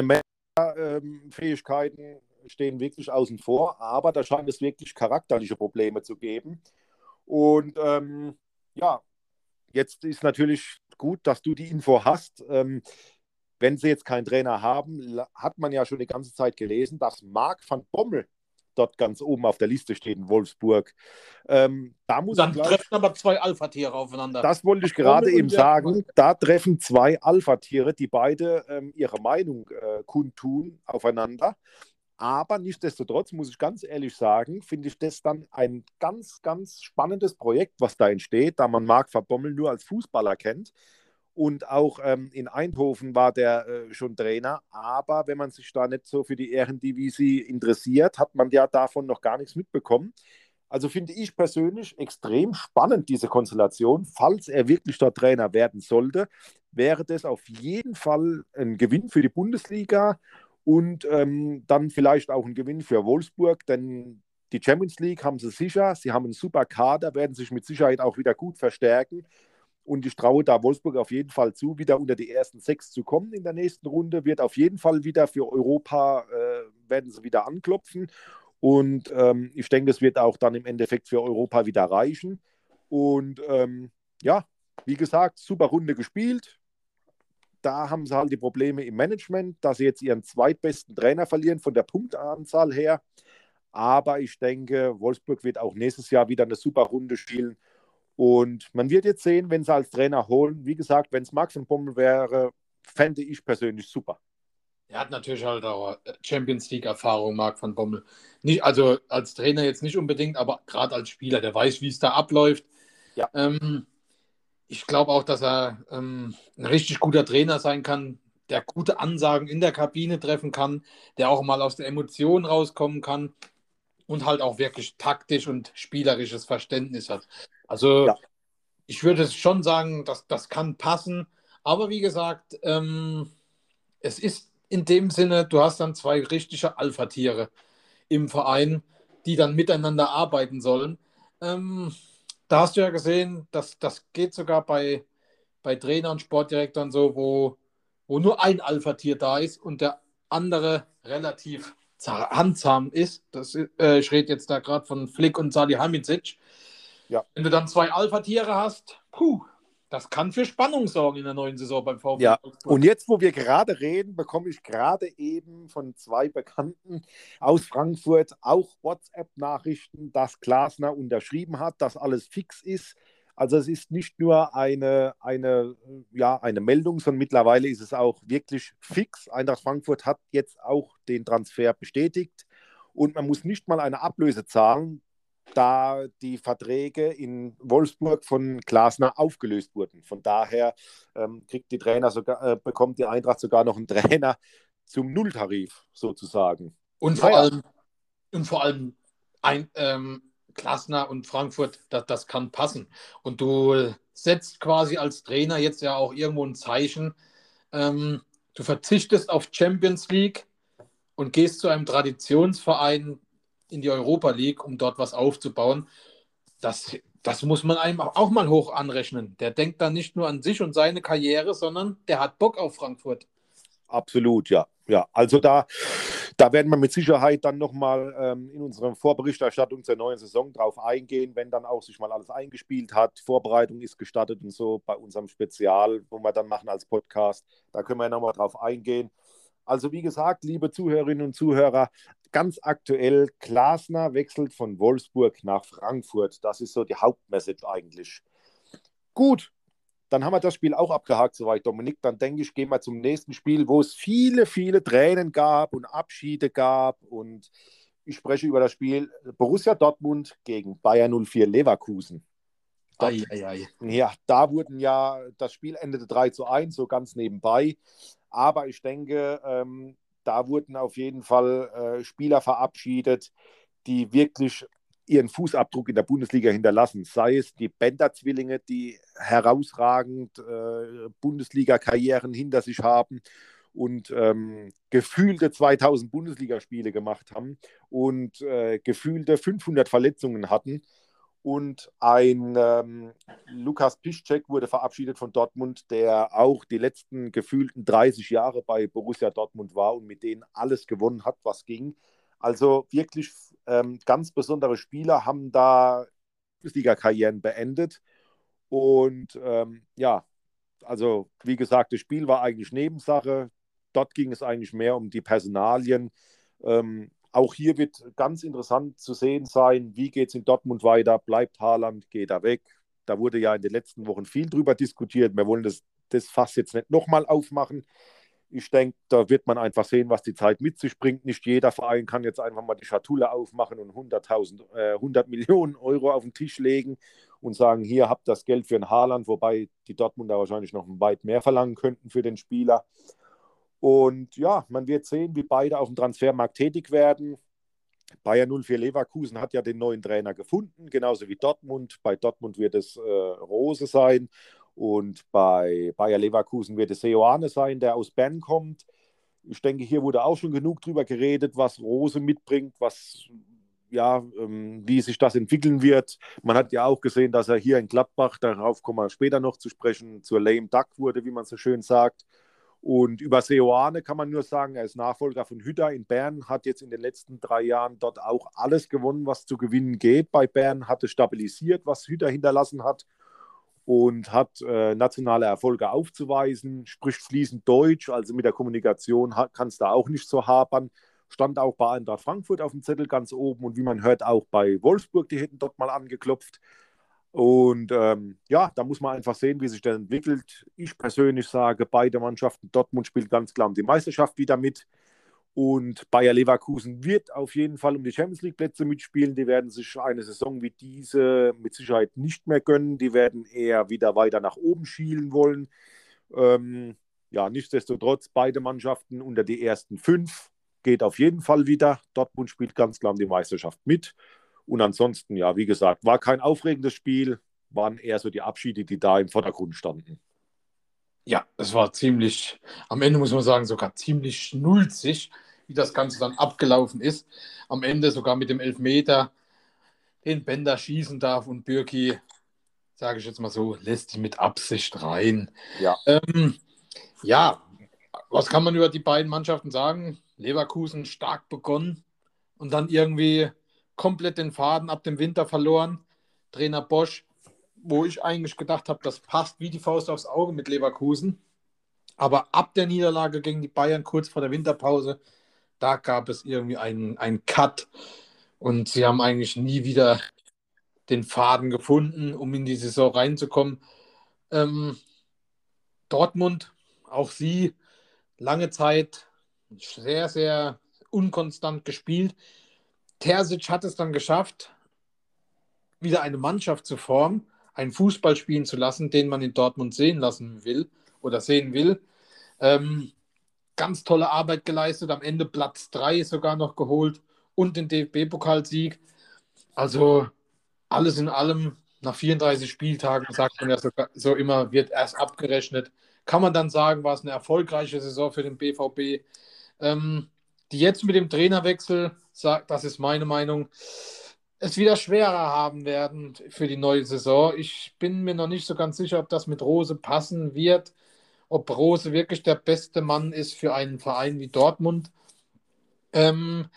Fähigkeiten ähm, stehen wirklich außen vor, aber da scheint es wirklich charakterliche Probleme zu geben. Und ähm, ja, jetzt ist natürlich gut, dass du die Info hast. Ähm, wenn sie jetzt keinen Trainer haben, hat man ja schon die ganze Zeit gelesen, dass Marc van Bommel dort ganz oben auf der Liste steht in Wolfsburg. Ähm, da muss Dann gleich, treffen aber zwei Alpha-Tiere aufeinander. Das wollte ich gerade eben sagen. Da treffen zwei Alpha-Tiere, die beide ähm, ihre Meinung äh, kundtun aufeinander. Aber nichtsdestotrotz muss ich ganz ehrlich sagen, finde ich das dann ein ganz, ganz spannendes Projekt, was da entsteht, da man Marc van Bommel nur als Fußballer kennt. Und auch ähm, in Eindhoven war der äh, schon Trainer. Aber wenn man sich da nicht so für die Ehrendivisie interessiert, hat man ja davon noch gar nichts mitbekommen. Also finde ich persönlich extrem spannend, diese Konstellation. Falls er wirklich dort Trainer werden sollte, wäre das auf jeden Fall ein Gewinn für die Bundesliga. Und ähm, dann vielleicht auch ein Gewinn für Wolfsburg, denn die Champions League haben sie sicher. Sie haben einen super Kader, werden sich mit Sicherheit auch wieder gut verstärken. Und ich traue da Wolfsburg auf jeden Fall zu, wieder unter die ersten sechs zu kommen in der nächsten Runde. Wird auf jeden Fall wieder für Europa, äh, werden sie wieder anklopfen. Und ähm, ich denke, es wird auch dann im Endeffekt für Europa wieder reichen. Und ähm, ja, wie gesagt, super Runde gespielt. Da haben sie halt die Probleme im Management, dass sie jetzt ihren zweitbesten Trainer verlieren von der Punktanzahl her. Aber ich denke, Wolfsburg wird auch nächstes Jahr wieder eine super Runde spielen. Und man wird jetzt sehen, wenn sie als Trainer holen. Wie gesagt, wenn es Max von Bommel wäre, fände ich persönlich super. Er hat natürlich halt auch Champions League-Erfahrung, Marc van Bommel. Nicht, also als Trainer jetzt nicht unbedingt, aber gerade als Spieler, der weiß, wie es da abläuft. Ja. Ähm, ich glaube auch, dass er ähm, ein richtig guter Trainer sein kann, der gute Ansagen in der Kabine treffen kann, der auch mal aus der Emotion rauskommen kann und halt auch wirklich taktisch und spielerisches Verständnis hat. Also Ja. ich würde schon sagen, dass das kann passen. Aber wie gesagt, ähm, es ist in dem Sinne, du hast dann zwei richtige Alpha-Tiere im Verein, die dann miteinander arbeiten sollen. Ähm, da hast du ja gesehen, dass das geht sogar bei, bei Trainern, Sportdirektoren so, wo, wo nur ein Alpha-Tier da ist und der andere relativ handsam ist. Das, äh, ich rede jetzt da gerade von Flick und Salihamidzic. Ja. Wenn du dann zwei Alpha-Tiere hast, puh, das kann für Spannung sorgen in der neuen Saison beim VfL Ja, und Wolfsburg. jetzt, wo wir gerade reden, bekomme ich gerade eben von zwei Bekannten aus Frankfurt auch WhatsApp-Nachrichten, dass Glasner unterschrieben hat, dass alles fix ist. Also es ist nicht nur eine, eine, ja, eine Meldung, sondern mittlerweile ist es auch wirklich fix. Eintracht Frankfurt hat jetzt auch den Transfer bestätigt und man muss nicht mal eine Ablöse zahlen, da die Verträge in Wolfsburg von Glasner aufgelöst wurden. Von daher ähm, kriegt die Trainer sogar, äh, bekommt die Eintracht sogar noch einen Trainer zum Nulltarif sozusagen. Und vor Naja, allem, und vor allem ein, ähm, Glasner und Frankfurt, das, das kann passen. Und du setzt quasi als Trainer jetzt ja auch irgendwo ein Zeichen. Ähm, du verzichtest auf Champions League und gehst zu einem Traditionsverein in die Europa League, um dort was aufzubauen. Das, das muss man einem auch mal hoch anrechnen. Der denkt dann nicht nur an sich und seine Karriere, sondern der hat Bock auf Frankfurt. absolut, ja. Ja, also da, da werden wir mit Sicherheit dann nochmal ähm, in unserer Vorberichterstattung zur neuen Saison drauf eingehen, wenn dann auch sich mal alles eingespielt hat. Vorbereitung ist gestartet und so bei unserem Spezial, wo wir dann machen als Podcast. Da können wir nochmal drauf eingehen. Also wie gesagt, liebe Zuhörerinnen und Zuhörer, ganz aktuell, Glasner wechselt von Wolfsburg nach Frankfurt. Das ist so die Hauptmessage eigentlich. Gut, dann haben wir das Spiel auch abgehakt, soweit, Dominik. Dann denke ich, gehen wir zum nächsten Spiel, wo es viele, viele Tränen gab und Abschiede gab. Und ich spreche über das Spiel Borussia Dortmund gegen Bayer null vier Leverkusen. Dort, Ei, ei, ei. ja, da wurden ja, das Spiel endete drei zu eins, so ganz nebenbei. Aber ich denke, ähm, da wurden auf jeden Fall äh, Spieler verabschiedet, die wirklich ihren Fußabdruck in der Bundesliga hinterlassen. Sei es die Bender-Zwillinge, die herausragend äh, Bundesliga-Karrieren hinter sich haben und ähm, gefühlte zweitausend Bundesligaspiele gemacht haben und äh, gefühlte fünfhundert Verletzungen hatten. Und ein ähm, Lukas Piszczek wurde verabschiedet von Dortmund, der auch die letzten gefühlten dreißig Jahre bei Borussia Dortmund war und mit denen alles gewonnen hat, was ging. Also wirklich ähm, ganz besondere Spieler haben da Bundesliga-Karrieren beendet. Und ähm, ja, also wie gesagt, das Spiel war eigentlich Nebensache. Dort ging es eigentlich mehr um die Personalien. Ähm, auch hier wird ganz interessant zu sehen sein, wie geht es in Dortmund weiter, bleibt Haaland, geht er weg. Da wurde ja in den letzten Wochen viel drüber diskutiert. Wir wollen das, das Fass jetzt nicht nochmal aufmachen. Ich denke, da wird man einfach sehen, was die Zeit mit sich bringt. Nicht jeder Verein kann jetzt einfach mal die Schatulle aufmachen und hunderttausend, äh, hundert Millionen Euro auf den Tisch legen und sagen, hier habt das Geld für ein Haaland, wobei die Dortmunder wahrscheinlich noch weit mehr verlangen könnten für den Spieler. Und ja, man wird sehen, wie beide auf dem Transfermarkt tätig werden. Bayer null vier Leverkusen hat ja den neuen Trainer gefunden, genauso wie Dortmund. Bei Dortmund wird es äh, Rose sein und bei Bayer Leverkusen wird es Seoane sein, der aus Bern kommt. Ich denke, hier wurde auch schon genug drüber geredet, was Rose mitbringt, was ja, ähm, wie sich das entwickeln wird. Man hat ja auch gesehen, dass er hier in Gladbach, darauf kommen wir später noch zu sprechen, zur lame duck wurde, wie man so schön sagt. Und über Seoane kann man nur sagen, er ist Nachfolger von Hütter in Bern, hat jetzt in den letzten drei Jahren dort auch alles gewonnen, was zu gewinnen geht bei Bern, hatte stabilisiert, was Hütter hinterlassen hat und hat äh, nationale Erfolge aufzuweisen, spricht fließend Deutsch, also mit der Kommunikation kann es da auch nicht so hapern. Stand auch bei Eintracht Frankfurt auf dem Zettel ganz oben und wie man hört auch bei Wolfsburg, die hätten dort mal angeklopft. Und ähm, ja, da muss man einfach sehen, wie sich das entwickelt. Ich persönlich sage, beide Mannschaften, Dortmund spielt ganz klar um die Meisterschaft wieder mit. Und Bayer Leverkusen wird auf jeden Fall um die Champions League-Plätze mitspielen. Die werden sich eine Saison wie diese mit Sicherheit nicht mehr gönnen. Die werden eher wieder weiter nach oben schielen wollen. Ähm, ja, nichtsdestotrotz, beide Mannschaften unter die ersten fünf geht auf jeden Fall wieder. Dortmund spielt ganz klar um die Meisterschaft mit. Und ansonsten, ja, wie gesagt, war kein aufregendes Spiel, waren eher so die Abschiede, die da im Vordergrund standen. Ja, es war ziemlich, am Ende muss man sagen, sogar ziemlich schnulzig, wie das Ganze dann abgelaufen ist. Am Ende sogar mit dem Elfmeter, den Bender schießen darf und Bürki, sage ich jetzt mal so, lässt ihn mit Absicht rein. Ja. Ähm, ja, was kann man über die beiden Mannschaften sagen? Leverkusen stark begonnen und dann irgendwie komplett den Faden ab dem Winter verloren. Trainer Bosch, wo ich eigentlich gedacht habe, das passt wie die Faust aufs Auge mit Leverkusen. Aber ab der Niederlage gegen die Bayern kurz vor der Winterpause, da gab es irgendwie einen, einen Cut und sie haben eigentlich nie wieder den Faden gefunden, um in die Saison reinzukommen. Ähm, Dortmund, auch sie, lange Zeit sehr, sehr unkonstant gespielt. Terzic hat es dann geschafft, wieder eine Mannschaft zu formen, einen Fußball spielen zu lassen, den man in Dortmund sehen lassen will oder sehen will. Ähm, ganz tolle Arbeit geleistet, am Ende Platz drei sogar noch geholt und den D F B-Pokalsieg. Also alles in allem, nach vierunddreißig Spieltagen, sagt man ja so, so immer, wird erst abgerechnet. Kann man dann sagen, war es eine erfolgreiche Saison für den B V B. Ähm, die jetzt mit dem Trainerwechsel, sagt, das ist meine Meinung, es wieder schwerer haben werden für die neue Saison. Ich bin mir noch nicht so ganz sicher, ob das mit Rose passen wird, ob Rose wirklich der beste Mann ist für einen Verein wie Dortmund. Ähm,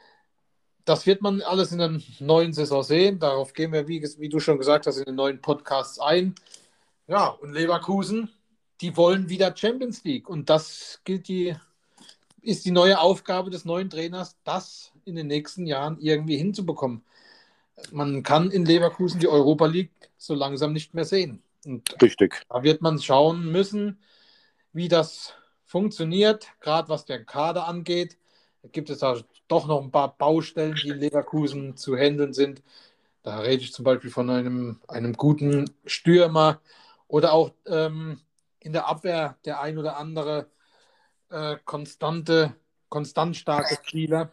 das wird man alles in der neuen Saison sehen. Darauf gehen wir, wie, wie du schon gesagt hast, in den neuen Podcasts ein. Ja, und Leverkusen, die wollen wieder Champions League. Und das gilt die, ist die neue Aufgabe des neuen Trainers, das in den nächsten Jahren irgendwie hinzubekommen. Man kann in Leverkusen die Europa League so langsam nicht mehr sehen. Und Richtig. da wird man schauen müssen, wie das funktioniert, gerade was der Kader angeht. Da gibt es da doch noch ein paar Baustellen, die in Leverkusen zu handeln sind. Da rede ich zum Beispiel von einem, einem guten Stürmer oder auch ähm, in der Abwehr der ein oder andere äh, konstante, konstant starke Spieler.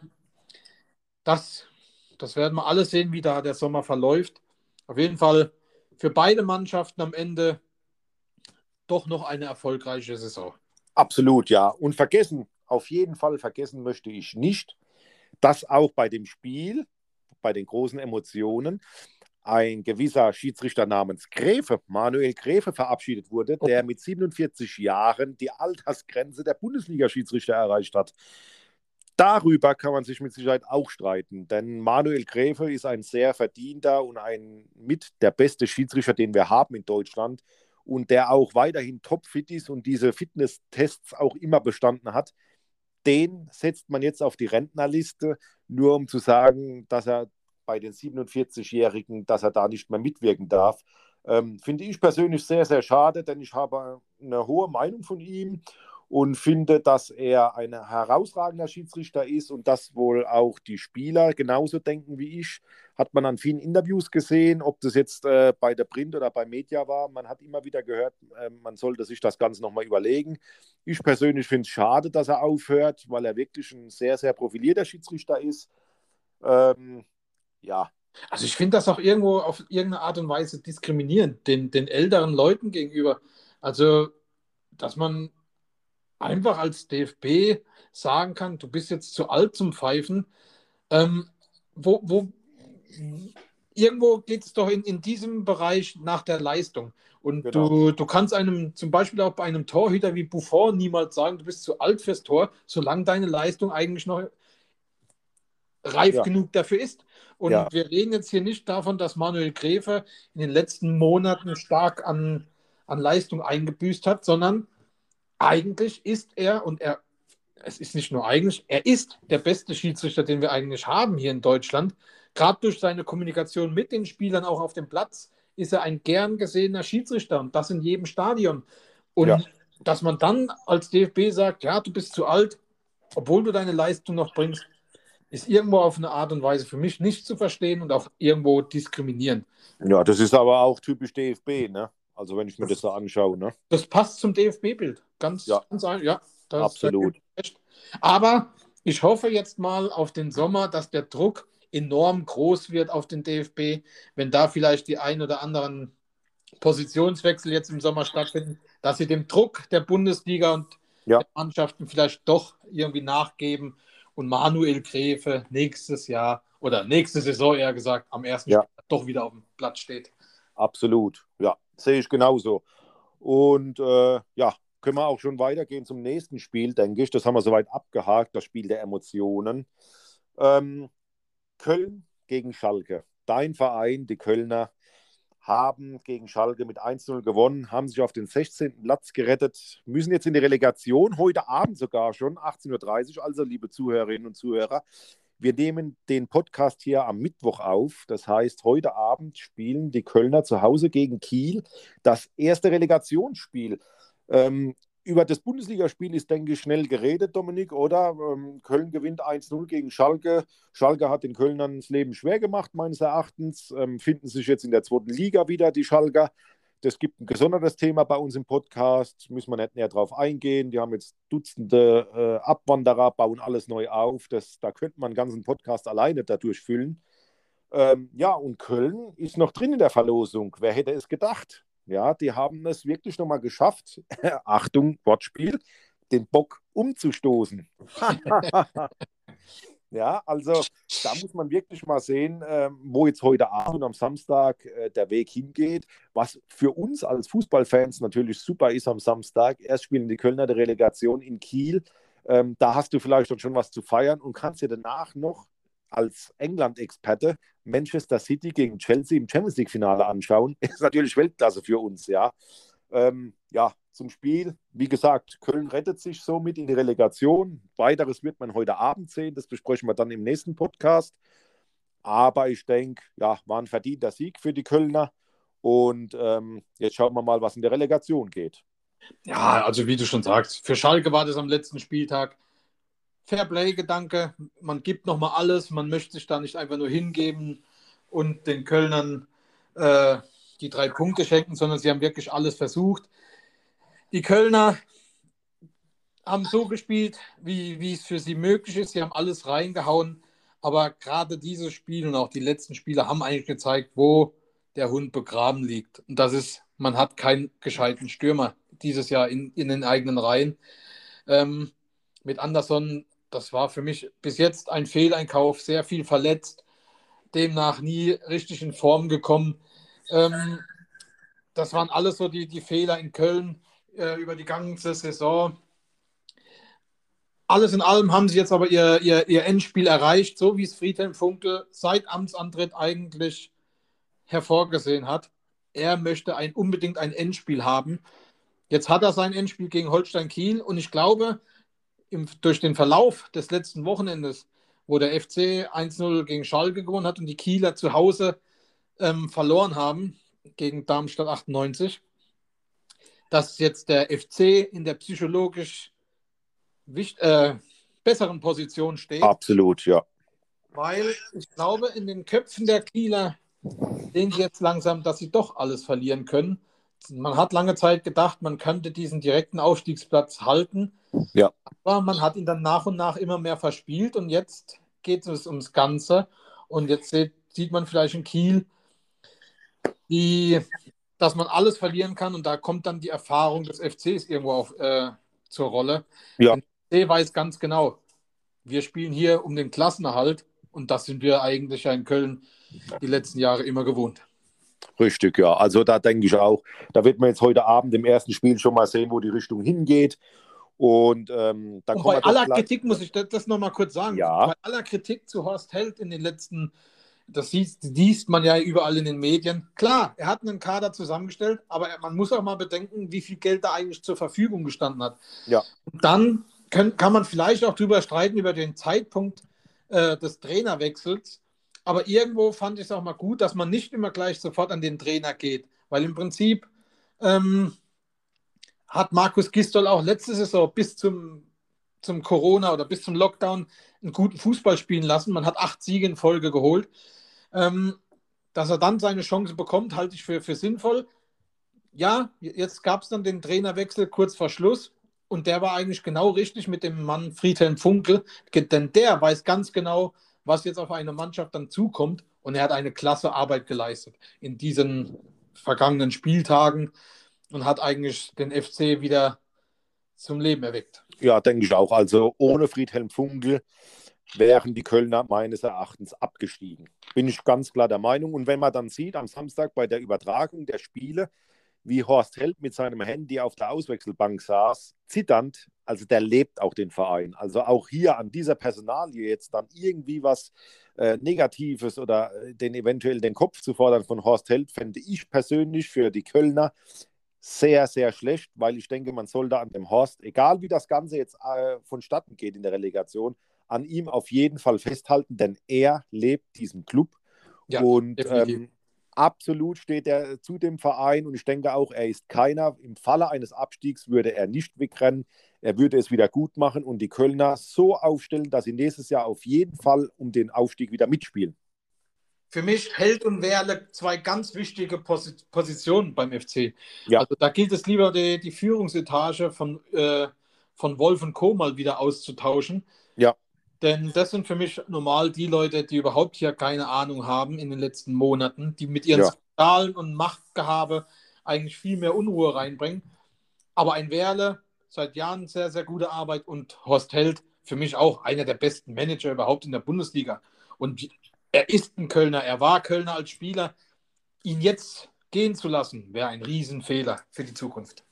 Das, das werden wir alles sehen, wie da der Sommer verläuft. Auf jeden Fall für beide Mannschaften am Ende doch noch eine erfolgreiche Saison. Absolut, ja. Und vergessen, auf jeden Fall vergessen möchte ich nicht, dass auch bei dem Spiel, bei den großen Emotionen, ein gewisser Schiedsrichter namens Gräfe, Manuel Gräfe, verabschiedet wurde, der mit siebenundvierzig Jahren die Altersgrenze der Bundesliga-Schiedsrichter erreicht hat. Darüber kann man sich mit Sicherheit auch streiten, denn Manuel Gräfe ist ein sehr verdienter und ein mit der beste Schiedsrichter, den wir haben in Deutschland und der auch weiterhin topfit ist und diese Fitnesstests auch immer bestanden hat. Den setzt man jetzt auf die Rentnerliste, nur um zu sagen, dass er bei den siebenundvierzig-Jährigen, dass er da nicht mehr mitwirken darf. Ähm, finde ich persönlich sehr, sehr schade, denn ich habe eine hohe Meinung von ihm und finde, dass er ein herausragender Schiedsrichter ist und dass wohl auch die Spieler genauso denken wie ich. Hat man an vielen Interviews gesehen, ob das jetzt äh, bei der Print oder bei Media war. Man hat immer wieder gehört, äh, man sollte sich das Ganze nochmal überlegen. Ich persönlich finde es schade, dass er aufhört, weil er wirklich ein sehr, sehr profilierter Schiedsrichter ist. Ähm, ja. Also ich finde das auch irgendwo auf irgendeine Art und Weise diskriminierend den, den älteren Leuten gegenüber. Also, dass man einfach als D F B sagen kann, du bist jetzt zu alt zum Pfeifen. Ähm, wo, wo, irgendwo geht es doch in, in diesem Bereich nach der Leistung. Und Genau. du, du kannst einem, zum Beispiel auch bei einem Torhüter wie Buffon niemals sagen, du bist zu alt fürs Tor, solange deine Leistung eigentlich noch reif Ja, genug dafür ist. ja, Und wir reden jetzt hier nicht davon, dass Manuel Gräfe in den letzten Monaten stark an, an Leistung eingebüßt hat, sondern eigentlich ist er, und er, es ist nicht nur eigentlich, er ist der beste Schiedsrichter, den wir eigentlich haben hier in Deutschland. Gerade durch seine Kommunikation mit den Spielern auch auf dem Platz ist er ein gern gesehener Schiedsrichter und das in jedem Stadion. ja. Und dass man dann als D F B sagt, ja, du bist zu alt, obwohl du deine Leistung noch bringst, ist irgendwo auf eine Art und Weise für mich nicht zu verstehen und auch irgendwo diskriminierend. Ja, das ist aber auch typisch D F B, ne? Also wenn ich mir das so anschaue, ne? Das passt zum D F B-Bild. Ganz, Ja, ganz ein, ja, das, da gebe absolut. ich recht. Aber ich hoffe jetzt mal auf den Sommer, dass der Druck enorm groß wird auf den D F B, wenn da vielleicht die ein oder anderen Positionswechsel jetzt im Sommer stattfinden, dass sie dem Druck der Bundesliga und Ja, der Mannschaften vielleicht doch irgendwie nachgeben und Manuel Gräfe nächstes Jahr oder nächste Saison eher gesagt am ersten ja, Spiel doch wieder auf dem Platz steht. absolut. Ja, sehe ich genauso. Und äh, ja, können wir auch schon weitergehen zum nächsten Spiel, denke ich. Das haben wir soweit abgehakt, das Spiel der Emotionen. Ähm, Köln gegen Schalke. Dein Verein, die Kölner, haben gegen Schalke mit eins zu null gewonnen, haben sich auf den sechzehnten Platz gerettet, müssen jetzt in die Relegation, heute Abend sogar schon, achtzehn Uhr dreißig. Also, liebe Zuhörerinnen und Zuhörer, wir nehmen den Podcast hier am Mittwoch auf. Das heißt, heute Abend spielen die Kölner zu Hause gegen Kiel das erste Relegationsspiel. Ähm, über das Bundesligaspiel ist, denke ich, schnell geredet, Dominik, oder? Ähm, Köln gewinnt eins zu null gegen Schalke. Schalke hat den Kölnern das Leben schwer gemacht, meines Erachtens. Ähm, finden sich jetzt in der zweiten Liga wieder, die Schalker. Das gibt ein gesondertes Thema bei uns im Podcast, müssen wir nicht näher drauf eingehen. Die haben jetzt Dutzende äh, Abwanderer, bauen alles neu auf. Das, da könnte man einen ganzen Podcast alleine dadurch füllen. Ähm, ja, und Köln ist noch drin in der Verlosung. Wer hätte es gedacht? Ja, die haben es wirklich nochmal geschafft. Achtung, Wortspiel, den Bock umzustoßen. Ja, also da muss man wirklich mal sehen, äh, wo jetzt heute Abend und am Samstag äh, der Weg hingeht. Was für uns als Fußballfans natürlich super ist am Samstag. Erst spielen die Kölner die Relegation in Kiel. Ähm, da hast du vielleicht schon was zu feiern und kannst dir danach noch als England-Experte Manchester City gegen Chelsea im Champions League-Finale anschauen. Ist natürlich Weltklasse für uns, ja. Ähm, ja, zum Spiel. Wie gesagt, Köln rettet sich somit in die Relegation. Weiteres wird man heute Abend sehen. Das besprechen wir dann im nächsten Podcast. Aber ich denke, ja, war ein verdienter Sieg für die Kölner. Und ähm, jetzt schauen wir mal, was in der Relegation geht. Ja, also wie du schon sagst, für Schalke war das am letzten Spieltag Fairplay-Gedanke. Man gibt nochmal alles, man möchte sich da nicht einfach nur hingeben und den Kölnern äh, die drei Punkte schenken, sondern sie haben wirklich alles versucht. Die Kölner haben so gespielt, wie, wie es für sie möglich ist. Sie haben alles reingehauen, aber gerade dieses Spiel und auch die letzten Spiele haben eigentlich gezeigt, wo der Hund begraben liegt. Und das ist, man hat keinen gescheiten Stürmer dieses Jahr in, in den eigenen Reihen. Ähm, mit Anderson, das war für mich bis jetzt ein Fehleinkauf, sehr viel verletzt, demnach nie richtig in Form gekommen. Ähm, das waren alles so die, die Fehler in Köln äh, über die ganze Saison. Alles in allem haben sie jetzt aber ihr, ihr, ihr Endspiel erreicht, so wie es Friedhelm Funkel seit Amtsantritt eigentlich hervorgesehen hat. Er möchte ein, unbedingt ein Endspiel haben. Jetzt hat er sein Endspiel gegen Holstein Kiel und ich glaube, im, durch den Verlauf des letzten Wochenendes, wo der F C eins zu null gegen Schalke gewonnen hat und die Kieler zu Hause ähm, verloren haben gegen Darmstadt achtundneunzig, dass jetzt der F C in der psychologisch wichtig, äh, besseren Position steht, Absolut, ja. weil ich glaube, in den Köpfen der Kieler sehen sie jetzt langsam, dass sie doch alles verlieren können. Man hat lange Zeit gedacht, man könnte diesen direkten Aufstiegsplatz halten, Ja, aber man hat ihn dann nach und nach immer mehr verspielt und jetzt geht es ums Ganze. Und jetzt sieht, sieht man vielleicht in Kiel, die, dass man alles verlieren kann und da kommt dann die Erfahrung des F Cs irgendwo auf, äh, zur Rolle. ja, Denn der F C weiß ganz genau, wir spielen hier um den Klassenerhalt Und das sind wir eigentlich ja in Köln die letzten Jahre immer gewohnt. Richtig, ja. Also da denke ich auch, da wird man jetzt heute Abend im ersten Spiel schon mal sehen, wo die Richtung hingeht. Und ähm, da Und kommen bei wir doch aller gleich. Kritik muss ich das, das nochmal kurz sagen. Ja, Bei aller Kritik zu Horst Held in den letzten, das liest, liest man ja überall in den Medien. Klar, er hat einen Kader zusammengestellt, aber man muss auch mal bedenken, wie viel Geld da eigentlich zur Verfügung gestanden hat. ja, Und dann können, kann man vielleicht auch drüber streiten, über den Zeitpunkt äh, des Trainerwechsels. Aber irgendwo fand ich es auch mal gut, dass man nicht immer gleich sofort an den Trainer geht. Weil im Prinzip ähm, hat Markus Gisdol auch letzte Saison bis zum, zum Corona oder bis zum Lockdown einen guten Fußball spielen lassen. Man hat acht Siege in Folge geholt. Ähm, dass er dann seine Chance bekommt, halte ich für, für sinnvoll. Ja, jetzt gab es dann den Trainerwechsel kurz vor Schluss und der war eigentlich genau richtig mit dem Mann Friedhelm Funkel, denn der weiß ganz genau, was jetzt auf eine Mannschaft dann zukommt und er hat eine klasse Arbeit geleistet in diesen vergangenen Spieltagen und hat eigentlich den F C wieder zum Leben erweckt. ja, denke ich auch. Also ohne Friedhelm Funkel wären die Kölner meines Erachtens abgestiegen. Bin ich ganz klar der Meinung. Und wenn man dann sieht, am Samstag bei der Übertragung der Spiele, wie Horst Held mit seinem Handy auf der Auswechselbank saß, zitternd, also der lebt auch den Verein. Also auch hier an dieser Personalie jetzt dann irgendwie was äh, Negatives oder den eventuell den Kopf zu fordern von Horst Held, fände ich persönlich für die Kölner sehr, sehr schlecht, weil ich denke, man sollte an dem Horst, egal wie das Ganze jetzt äh, vonstatten geht in der Relegation, an ihm auf jeden Fall festhalten, denn er lebt diesem Club Ja, und definitiv. ähm, absolut steht er zu dem Verein und ich denke auch, er ist keiner, im Falle eines Abstiegs würde er nicht wegrennen, er würde es wieder gut machen und die Kölner so aufstellen, dass sie nächstes Jahr auf jeden Fall um den Aufstieg wieder mitspielen. Für mich Held und Werle zwei ganz wichtige Posi- Positionen beim F C. Ja, Also da gilt es lieber, die, die Führungsetage von, äh, von Wolf und Co. mal wieder auszutauschen. ja, Denn das sind für mich normal die Leute, die überhaupt hier keine Ahnung haben in den letzten Monaten, die mit ihren ja. Skandalen und Machtgehabe eigentlich viel mehr Unruhe reinbringen. Aber ein Werle, seit Jahren sehr, sehr gute Arbeit und Horst Held, für mich auch einer der besten Manager überhaupt in der Bundesliga. Und er ist ein Kölner, er war Kölner als Spieler. Ihn jetzt gehen zu lassen, wäre ein Riesenfehler für die Zukunft.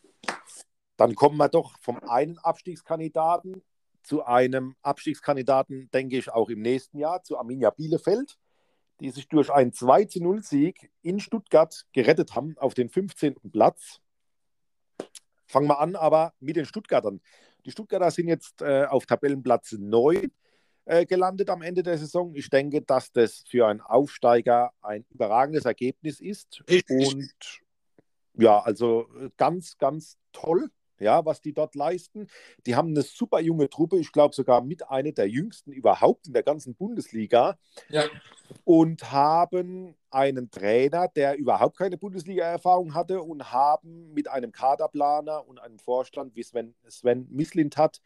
Dann kommen wir doch vom einen Abstiegskandidaten zu einem Abstiegskandidaten, denke ich, auch im nächsten Jahr, zu Arminia Bielefeld, die sich durch einen zwei zu null Sieg in Stuttgart gerettet haben auf den fünfzehnten Platz. Fangen wir an, aber mit den Stuttgartern. Die Stuttgarter sind jetzt äh, auf Tabellenplatz neun äh, gelandet am Ende der Saison. Ich denke, dass das für einen Aufsteiger ein überragendes Ergebnis ist. Richtig. Und ja, also ganz, ganz toll, ja, was die dort leisten. Die haben eine super junge Truppe, ich glaube sogar mit einer der jüngsten überhaupt in der ganzen Bundesliga Ja. und haben einen Trainer, der überhaupt keine Bundesliga-Erfahrung hatte und haben mit einem Kaderplaner und einem Vorstand wie Sven, Sven Mislint hat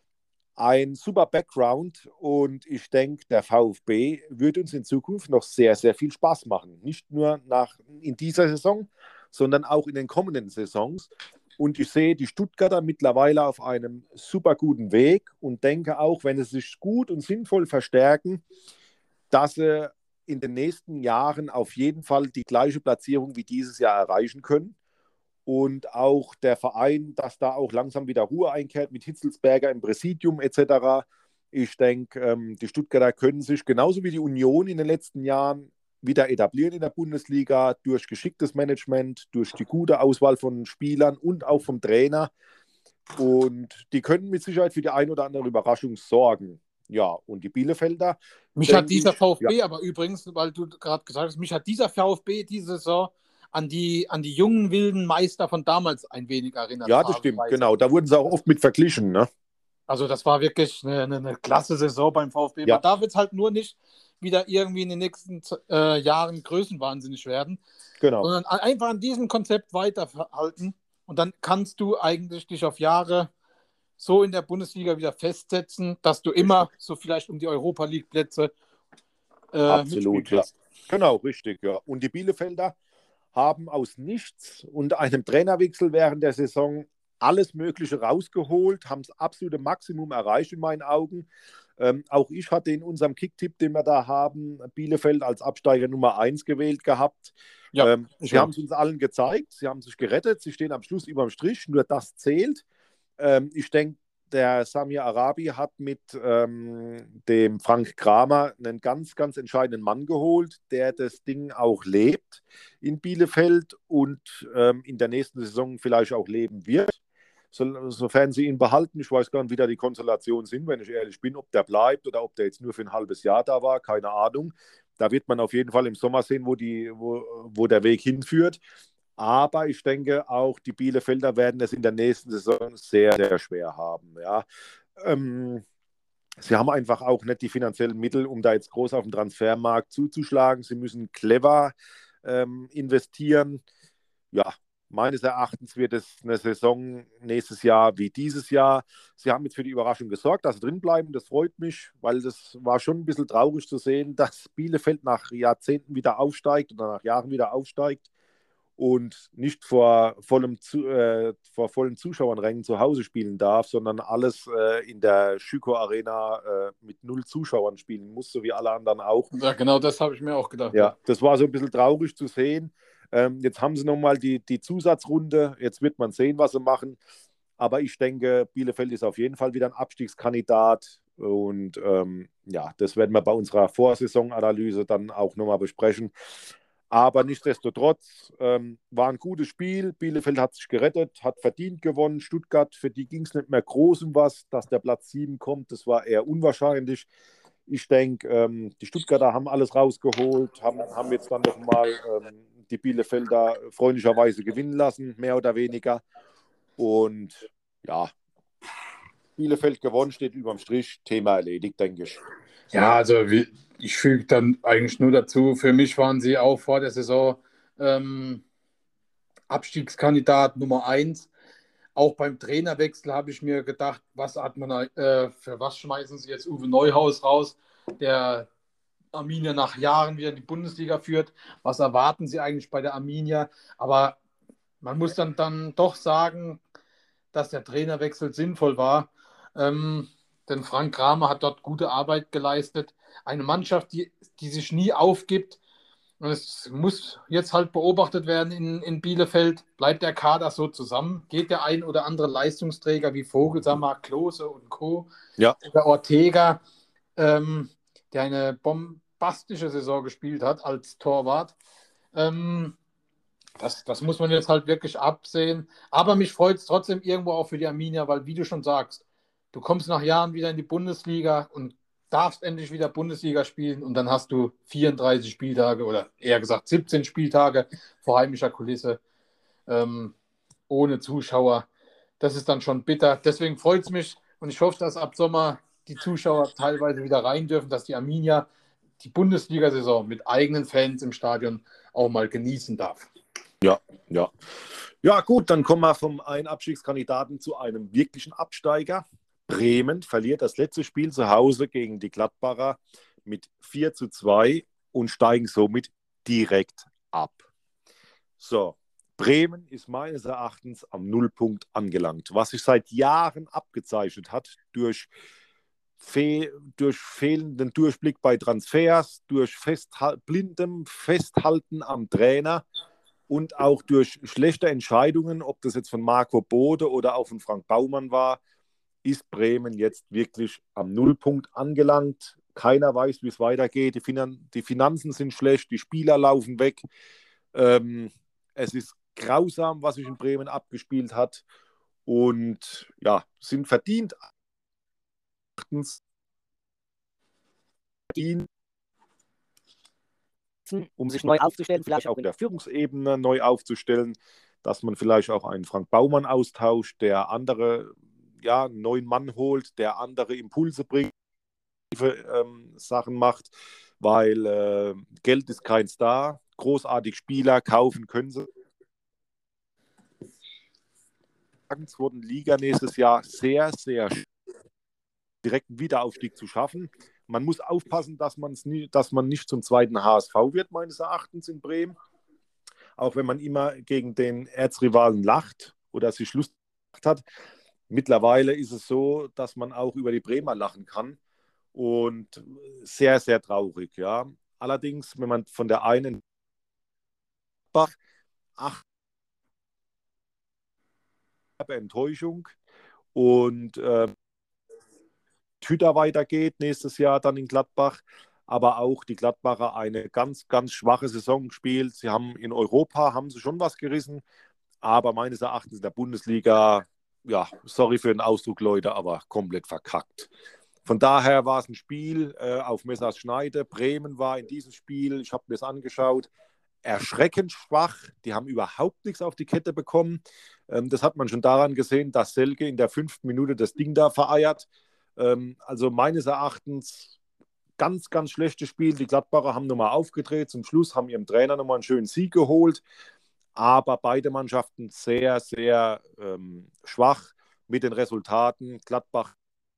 ein super Background und ich denke, der VfB wird uns in Zukunft noch sehr, sehr viel Spaß machen. Nicht nur nach, in dieser Saison, sondern auch in den kommenden Saisons. Und ich sehe die Stuttgarter mittlerweile auf einem super guten Weg und denke auch, wenn sie sich gut und sinnvoll verstärken, dass sie in den nächsten Jahren auf jeden Fall die gleiche Platzierung wie dieses Jahr erreichen können. Und auch der Verein, dass da auch langsam wieder Ruhe einkehrt mit Hitzelsberger im Präsidium et cetera. Ich denke, ähm, die Stuttgarter können sich genauso wie die Union in den letzten Jahren wieder etablieren in der Bundesliga durch geschicktes Management, durch die gute Auswahl von Spielern und auch vom Trainer. Und die können mit Sicherheit für die ein oder andere Überraschung sorgen. Ja, und die Bielefelder, Mich hat denke dieser ich, ja, VfB aber übrigens, weil du gerade gesagt hast, mich hat dieser VfB diese Saison an die, an die jungen wilden Meister von damals ein wenig erinnert, ja, das stimmt, phasenweise. genau. Da wurden sie auch oft mit verglichen, ne? Also das war wirklich eine, eine, eine klasse Saison beim VfB. Man Ja, darf jetzt halt nur nicht wieder irgendwie in den nächsten äh, Jahren größenwahnsinnig werden, genau. sondern einfach an diesem Konzept weiterhalten und dann kannst du eigentlich dich auf Jahre so in der Bundesliga wieder festsetzen, dass du immer so vielleicht um die Europa League Plätze äh, Absolut, mitspielen ja. kannst. Genau, richtig, ja. Und die Bielefelder haben aus nichts und einem Trainerwechsel während der Saison alles Mögliche rausgeholt, haben das absolute Maximum erreicht in meinen Augen. Ähm, auch ich hatte in unserem Kicktipp, den wir da haben, Bielefeld als Absteiger Nummer eins gewählt gehabt. Ja, Ähm, ich sie haben auch. es uns allen gezeigt, sie haben sich gerettet, sie stehen am Schluss über dem Strich, nur das zählt. Ähm, ich denke, der Samir Arabi hat mit ähm, dem Frank Kramer einen ganz, ganz entscheidenden Mann geholt, der das Ding auch lebt in Bielefeld und ähm, in der nächsten Saison vielleicht auch leben wird. So, sofern sie ihn behalten, ich weiß gar nicht, wie da die Konstellationen sind, wenn ich ehrlich bin, ob der bleibt oder ob der jetzt nur für ein halbes Jahr da war, keine Ahnung. Da wird man auf jeden Fall im Sommer sehen, wo, die, wo, wo der Weg hinführt. Aber ich denke, auch die Bielefelder werden es in der nächsten Saison sehr, sehr schwer haben. Ja. Ähm, sie haben einfach auch nicht die finanziellen Mittel, um da jetzt groß auf dem Transfermarkt zuzuschlagen. Sie müssen clever ähm, investieren. Ja, meines Erachtens wird es eine Saison nächstes Jahr wie dieses Jahr. Sie haben jetzt für die Überraschung gesorgt, dass sie drin bleiben. Das freut mich, weil das war schon ein bisschen traurig zu sehen, dass Bielefeld nach Jahrzehnten wieder aufsteigt oder nach Jahren wieder aufsteigt und nicht vor, vollem, äh, vor vollen Zuschauerrängen zu Hause spielen darf, sondern alles äh, in der Schüko Arena äh, mit null Zuschauern spielen muss, so wie alle anderen auch. Ja, genau das habe ich mir auch gedacht. Ja. Ja, das war so ein bisschen traurig zu sehen. Ähm, jetzt haben sie nochmal die, die Zusatzrunde. Jetzt wird man sehen, was sie machen. Aber ich denke, Bielefeld ist auf jeden Fall wieder ein Abstiegskandidat. Und ähm, ja, das werden wir bei unserer Vorsaisonanalyse dann auch nochmal besprechen. Aber nichtsdestotrotz ähm, war ein gutes Spiel. Bielefeld hat sich gerettet, hat verdient gewonnen. Stuttgart, für die ging es nicht mehr groß um was. Dass der Platz sieben kommt, das war eher unwahrscheinlich. Ich denke, ähm, die Stuttgarter haben alles rausgeholt, haben, haben jetzt dann nochmal ähm, die Bielefelder freundlicherweise gewinnen lassen, mehr oder weniger. Und ja, Bielefeld gewonnen, steht überm Strich, Thema erledigt, denke ich. Ja, also wie, ich füge dann eigentlich nur dazu, für mich waren sie auch vor der Saison ähm, Abstiegskandidat Nummer eins. Auch beim Trainerwechsel habe ich mir gedacht, was hat man, äh, für was schmeißen sie jetzt Uwe Neuhaus raus, der Arminia nach Jahren wieder in die Bundesliga führt. Was erwarten sie eigentlich bei der Arminia? Aber man muss dann, dann doch sagen, dass der Trainerwechsel sinnvoll war. Ähm, denn Frank Kramer hat dort gute Arbeit geleistet. Eine Mannschaft, die, die sich nie aufgibt. Und es muss jetzt halt beobachtet werden in, in Bielefeld. Bleibt der Kader so zusammen? Geht der ein oder andere Leistungsträger wie Vogelsammer, Klose und Co. Ja, oder Ortega, ähm, der eine bombastische Saison gespielt hat als Torwart? Ähm, das, das muss man jetzt halt wirklich absehen. Aber mich freut es trotzdem irgendwo auch für die Arminia, weil, wie du schon sagst, du kommst nach Jahren wieder in die Bundesliga und darfst endlich wieder Bundesliga spielen und dann hast du vierunddreißig Spieltage oder eher gesagt siebzehn Spieltage vor heimischer Kulisse ähm, ohne Zuschauer. Das ist dann schon bitter. Deswegen freut es mich und ich hoffe, dass ab Sommer die Zuschauer teilweise wieder rein dürfen, dass die Arminia die Bundesliga-Saison mit eigenen Fans im Stadion auch mal genießen darf. ja, ja. Ja, gut, dann kommen wir vom einen Abstiegskandidaten zu einem wirklichen Absteiger. Bremen verliert das letzte Spiel zu Hause gegen die Gladbacher mit vier zu zwei und steigen somit direkt ab. So, Bremen ist meines Erachtens am Nullpunkt angelangt, was sich seit Jahren abgezeichnet hat durch, fe durch fehlenden Durchblick bei Transfers, durch festhal blindem Festhalten am Trainer und auch durch schlechte Entscheidungen, ob das jetzt von Marco Bode oder auch von Frank Baumann war, ist Bremen jetzt wirklich am Nullpunkt angelangt. Keiner weiß, wie es weitergeht. Die, Finan die Finanzen sind schlecht, die Spieler laufen weg. Ähm, es ist grausam, was sich in Bremen abgespielt hat. Und ja, sind verdient, verdient, um sich neu aufzustellen, vielleicht auch in der Führungsebene neu aufzustellen, dass man vielleicht auch einen Frank Baumann austauscht, der andere, ja, einen neuen Mann holt, der andere Impulse bringt, ähm, Sachen macht, weil äh, Geld ist keins da, großartig Spieler kaufen können sie. Es wurden Liga nächstes Jahr sehr, sehr direkten Wiederaufstieg zu schaffen. Man muss aufpassen, dass, nie, dass man nicht zum zweiten H S V wird, meines Erachtens in Bremen. Auch wenn man immer gegen den Erzrivalen lacht oder sich lustig hat. Mittlerweile ist es so, dass man auch über die Bremer lachen kann. und sehr, sehr traurig. Ja. Allerdings, wenn man von der einen acht Enttäuschung und äh, Hütter weitergeht nächstes Jahr dann in Gladbach, aber auch die Gladbacher eine ganz, ganz schwache Saison gespielt. Sie haben in Europa haben sie schon was gerissen, aber meines Erachtens in der Bundesliga, ja, sorry für den Ausdruck, Leute, aber komplett verkackt. Von daher war es ein Spiel äh, auf Messers Schneide. Bremen war in diesem Spiel, ich habe mir es angeschaut, erschreckend schwach. Die haben überhaupt nichts auf die Kette bekommen. Ähm, das hat man schon daran gesehen, dass Selke in der fünften Minute das Ding da vereiert. Ähm, also meines Erachtens ganz, ganz schlechtes Spiel. Die Gladbacher haben nochmal aufgedreht. Zum Schluss haben ihrem Trainer nochmal einen schönen Sieg geholt. Aber beide Mannschaften sehr, sehr ähm, schwach mit den Resultaten. Gladbach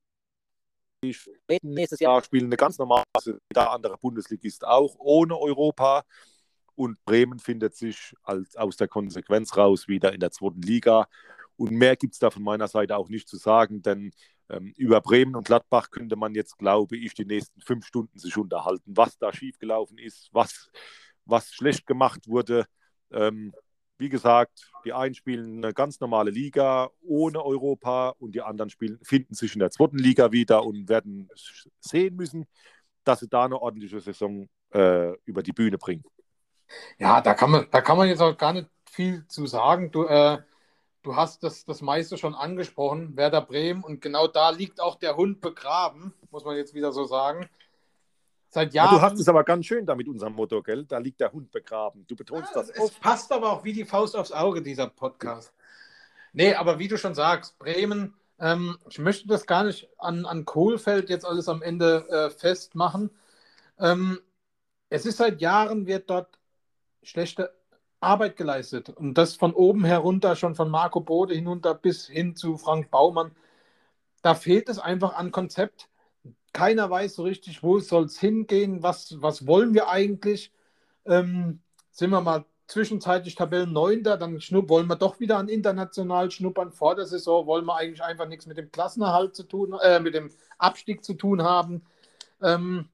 nächstes Jahr spielen eine ganz normale, jeder andere Bundesligist auch ohne Europa. Und Bremen findet sich als, aus der Konsequenz raus wieder in der zweiten Liga. Und mehr gibt es da von meiner Seite auch nicht zu sagen, denn ähm, über Bremen und Gladbach könnte man jetzt, glaube ich, die nächsten fünf Stunden sich unterhalten, was da schiefgelaufen ist, was, was schlecht gemacht wurde. Ähm, wie gesagt, die einen spielen eine ganz normale Liga ohne Europa und die anderen spielen, finden sich in der zweiten Liga wieder und werden sehen müssen, dass sie da eine ordentliche Saison äh, über die Bühne bringen. Ja, da kann man, da kann man jetzt auch gar nicht viel zu sagen. Du, äh, du hast das, das meiste schon angesprochen, Werder Bremen, und genau da liegt auch der Hund begraben, muss man jetzt wieder so sagen. Seit Ja, du hast Jahren. es aber ganz schön da mit unserem Motto, gell? Da liegt der Hund begraben. Du betonst Ja, das es oft. passt aber auch wie die Faust aufs Auge, dieser Podcast. Nee, aber wie du schon sagst, Bremen, ähm, ich möchte das gar nicht an, an Kohlfeld jetzt alles am Ende äh, festmachen. Ähm, es ist seit Jahren, wird dort schlechte Arbeit geleistet. Und das von oben herunter, schon von Marco Bode hinunter bis hin zu Frank Baumann. Da fehlt es einfach an Konzept. Keiner weiß so richtig, wo soll es hingehen, was, was wollen wir eigentlich. Ähm, sind wir mal zwischenzeitlich Tabellenneunter, dann schnupp, wollen wir doch wieder an international schnuppern. Vor der Saison wollen wir eigentlich einfach nichts mit dem Klassenerhalt zu tun, äh, mit dem Abstieg zu tun haben. Ähm,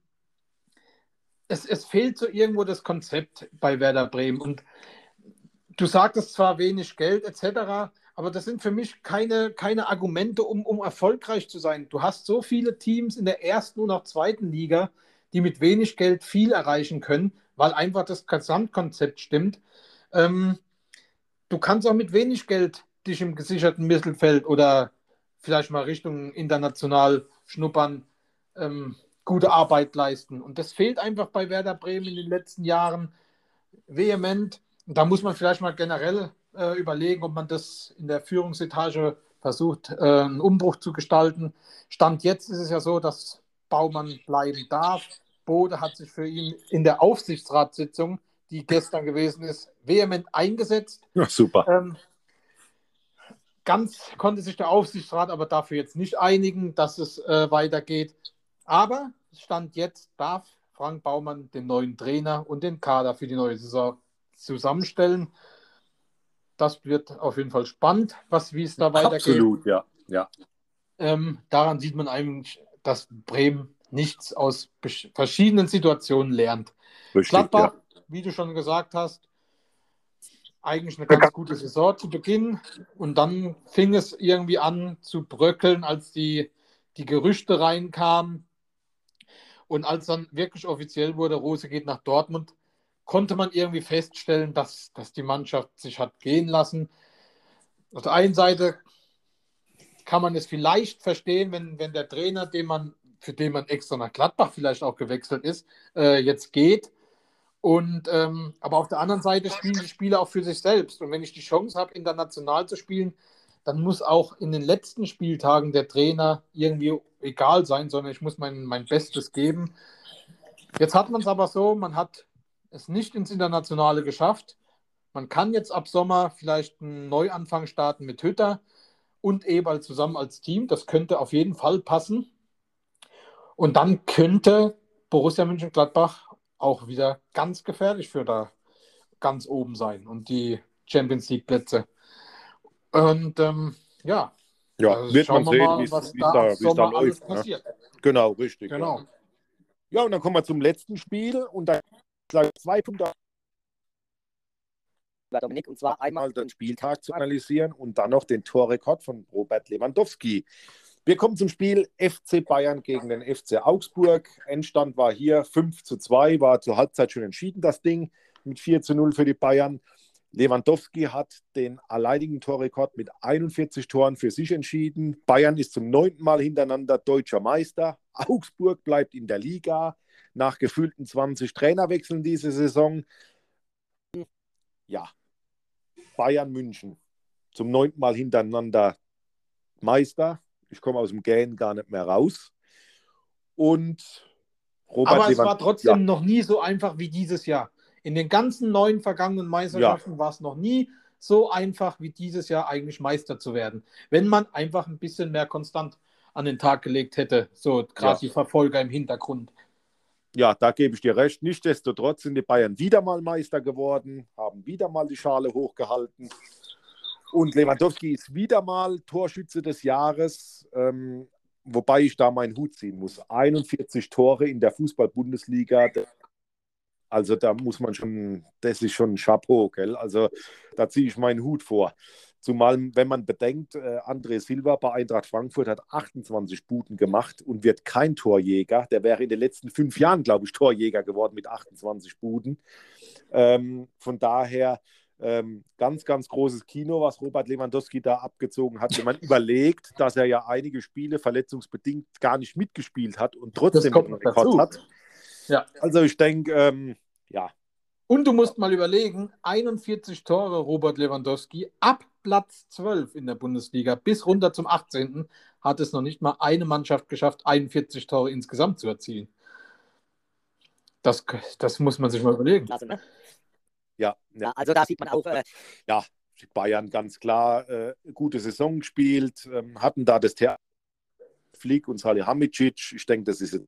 es, es fehlt so irgendwo das Konzept bei Werder Bremen. Und du sagtest zwar wenig Geld et cetera, aber das sind für mich keine, keine Argumente, um, um erfolgreich zu sein. Du hast so viele Teams in der ersten und auch zweiten Liga, die mit wenig Geld viel erreichen können, weil einfach das Gesamtkonzept stimmt. Ähm, du kannst auch mit wenig Geld dich im gesicherten Mittelfeld oder vielleicht mal Richtung international schnuppern, ähm, gute Arbeit leisten. Und das fehlt einfach bei Werder Bremen in den letzten Jahren vehement. Und da muss man vielleicht mal generell äh, überlegen, ob man das in der Führungsetage versucht, äh, einen Umbruch zu gestalten. Stand jetzt ist es ja so, dass Baumann bleiben darf. Bode hat sich für ihn in der Aufsichtsratssitzung, die gestern gewesen ist, vehement eingesetzt. Ja, super. Ähm, ganz konnte sich der Aufsichtsrat aber dafür jetzt nicht einigen, dass es äh, weitergeht. Aber Stand jetzt darf Frank Baumann den neuen Trainer und den Kader für die neue Saison zusammenstellen. Das wird auf jeden Fall spannend, was, wie es da weitergeht. Absolut, ja. ja. Ähm, daran sieht man eigentlich, dass Bremen nichts aus verschiedenen Situationen lernt. Richtig, Gladbach, ja. wie du schon gesagt hast, eigentlich eine ganz gute Saison zu Beginn, und dann fing es irgendwie an zu bröckeln, als die, die Gerüchte reinkamen, und als dann wirklich offiziell wurde, Rose geht nach Dortmund, konnte man irgendwie feststellen, dass, dass die Mannschaft sich hat gehen lassen. Auf der einen Seite kann man es vielleicht verstehen, wenn, wenn der Trainer, den man, für den man extra nach Gladbach vielleicht auch gewechselt ist, äh, jetzt geht. Und, ähm, aber auf der anderen Seite spielen die Spieler auch für sich selbst. Und wenn ich die Chance habe, international zu spielen, dann muss auch in den letzten Spieltagen der Trainer irgendwie egal sein, sondern ich muss mein, mein Bestes geben. Jetzt hat man es aber so, man hat es nicht ins Internationale geschafft. Man kann jetzt ab Sommer vielleicht einen Neuanfang starten mit Hütter und Eberl zusammen als Team. Das könnte auf jeden Fall passen. Und dann könnte Borussia Mönchengladbach auch wieder ganz gefährlich für da ganz oben sein und die Champions League Plätze. Und ähm, ja, Ja, also wird schauen man wir sehen, mal, wie was es da ab da, da Sommer alles läuft. Ne? passiert. Genau, richtig. Genau. Ja. ja, und dann kommen wir zum letzten Spiel und dann sage ich zwei Punkte. Dominik, und zwar einmal den Spieltag zu analysieren und dann noch den Torrekord von Robert Lewandowski. Wir kommen zum Spiel F C Bayern gegen den F C Augsburg. Endstand war hier fünf zu zwei, war zur Halbzeit schon entschieden, das Ding, mit vier zu null für die Bayern. Lewandowski hat den alleinigen Torrekord mit einundvierzig Toren für sich entschieden. Bayern ist zum neunten Mal hintereinander deutscher Meister. Augsburg bleibt in der Liga nach gefühlten zwanzig Trainerwechseln diese Saison. Ja, Bayern München zum neunten Mal hintereinander Meister. Ich komme aus dem Gähnen gar nicht mehr raus. Und Robert Aber es Lewand- war trotzdem ja, noch nie so einfach wie dieses Jahr. In den ganzen neun vergangenen Meisterschaften Ja. war es noch nie so einfach wie dieses Jahr eigentlich Meister zu werden. Wenn man einfach ein bisschen mehr konstant an den Tag gelegt hätte. So gerade Ja. die Verfolger im Hintergrund. Ja, da gebe ich dir recht. Nichtsdestotrotz sind die Bayern wieder mal Meister geworden, haben wieder mal die Schale hochgehalten. Und Lewandowski ist wieder mal Torschütze des Jahres, ähm, wobei ich da meinen Hut ziehen muss. einundvierzig Tore in der Fußball-Bundesliga. Also da muss man schon, das ist schon ein Chapeau, gell? Also da ziehe ich meinen Hut vor. Zumal, wenn man bedenkt, äh, André Silva bei Eintracht Frankfurt hat achtundzwanzig Buden gemacht und wird kein Torjäger. Der wäre in den letzten fünf Jahren, glaube ich, Torjäger geworden mit achtundzwanzig Buden. Ähm, von daher ähm, ganz, ganz großes Kino, was Robert Lewandowski da abgezogen hat. Wenn man überlegt, dass er ja einige Spiele verletzungsbedingt gar nicht mitgespielt hat und trotzdem kommt einen noch Rekord dazu. hat. Ja. Also ich denke, ähm, ja, Und du musst mal überlegen, einundvierzig Tore Robert Lewandowski ab Platz zwölf in der Bundesliga bis runter zum achtzehnten hat es noch nicht mal eine Mannschaft geschafft, einundvierzig Tore insgesamt zu erzielen. Das, das muss man sich mal überlegen. Klasse, ne? ja, Ja, ja. also da sieht man auch, äh, ja, Bayern ganz klar äh, gute Saison gespielt, ähm, hatten da das Theater Flick und Salihamidzic. Ich denke, das ist ein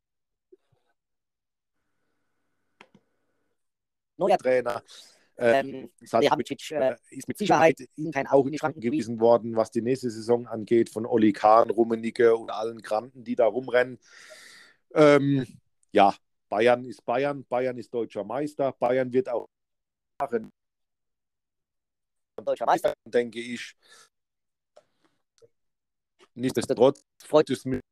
neuer Trainer. ähm, Ähm, Salihamidzic äh, ist mit Sicherheit Sicherheit intern auch auch in die Schranken gewiesen. gewiesen worden, was die nächste Saison angeht, von Oli Kahn, Rummenigge und allen Granden, die da rumrennen. Ähm, ja, Bayern ist Bayern, Bayern ist deutscher Meister, Bayern wird auch Deutscher Meister. denke ich. Nichtsdestotrotz freut es mich,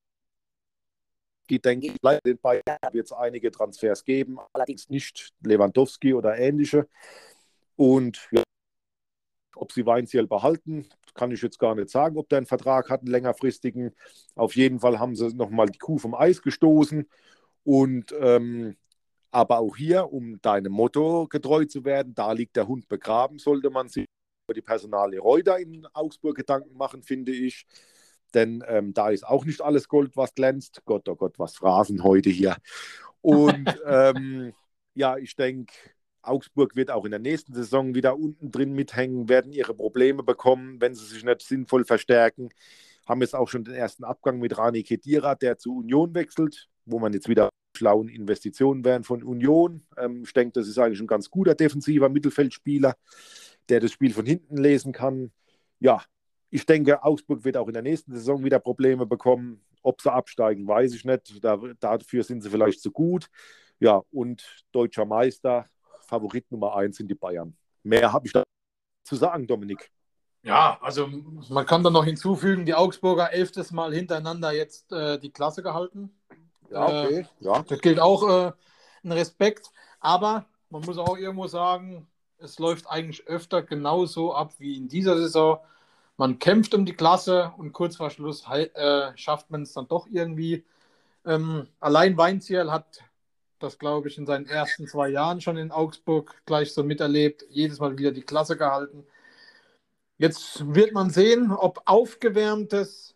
denke ich, bleibt den Bayern, wird es einige Transfers geben, allerdings nicht Lewandowski oder ähnliche. Und ja, ob sie Weinziel behalten, kann ich jetzt gar nicht sagen, ob der einen Vertrag hat, einen längerfristigen. Auf jeden Fall haben sie nochmal die Kuh vom Eis gestoßen. Und ähm, aber auch hier, um deinem Motto getreu zu werden, da liegt der Hund begraben, sollte man sich über die Personalie Reuter in Augsburg Gedanken machen, finde ich. Denn ähm, da ist auch nicht alles Gold, was glänzt. Gott, oh Gott, was Phrasen heute hier. Und ähm, ja, ich denke, Augsburg wird auch in der nächsten Saison wieder unten drin mithängen, werden ihre Probleme bekommen, wenn sie sich nicht sinnvoll verstärken. Haben jetzt auch schon den ersten Abgang mit Rani Khedira, der zu Union wechselt, wo man jetzt wieder schlauen Investitionen wären von Union. Ähm, ich denke, das ist eigentlich ein ganz guter defensiver Mittelfeldspieler, der das Spiel von hinten lesen kann. Ja, ich denke, Augsburg wird auch in der nächsten Saison wieder Probleme bekommen. Ob sie absteigen, weiß ich nicht. Da, dafür sind sie vielleicht zu gut. Ja, und deutscher Meister, Favorit Nummer eins sind die Bayern. Mehr habe ich da zu sagen, Dominik. Ja, also man kann da noch hinzufügen, die Augsburger elftes Mal hintereinander jetzt äh, die Klasse gehalten. Ja, okay. Äh, ja. Das gilt auch äh, ein Respekt. Aber man muss auch irgendwo sagen, es läuft eigentlich öfter genauso ab wie in dieser Saison. Man kämpft um die Klasse und kurz vor Schluss äh, schafft man es dann doch irgendwie. Ähm, allein Weinzierl hat das, glaube ich, in seinen ersten zwei Jahren schon in Augsburg gleich so miterlebt. Jedes Mal wieder die Klasse gehalten. Jetzt wird man sehen, ob Aufgewärmtes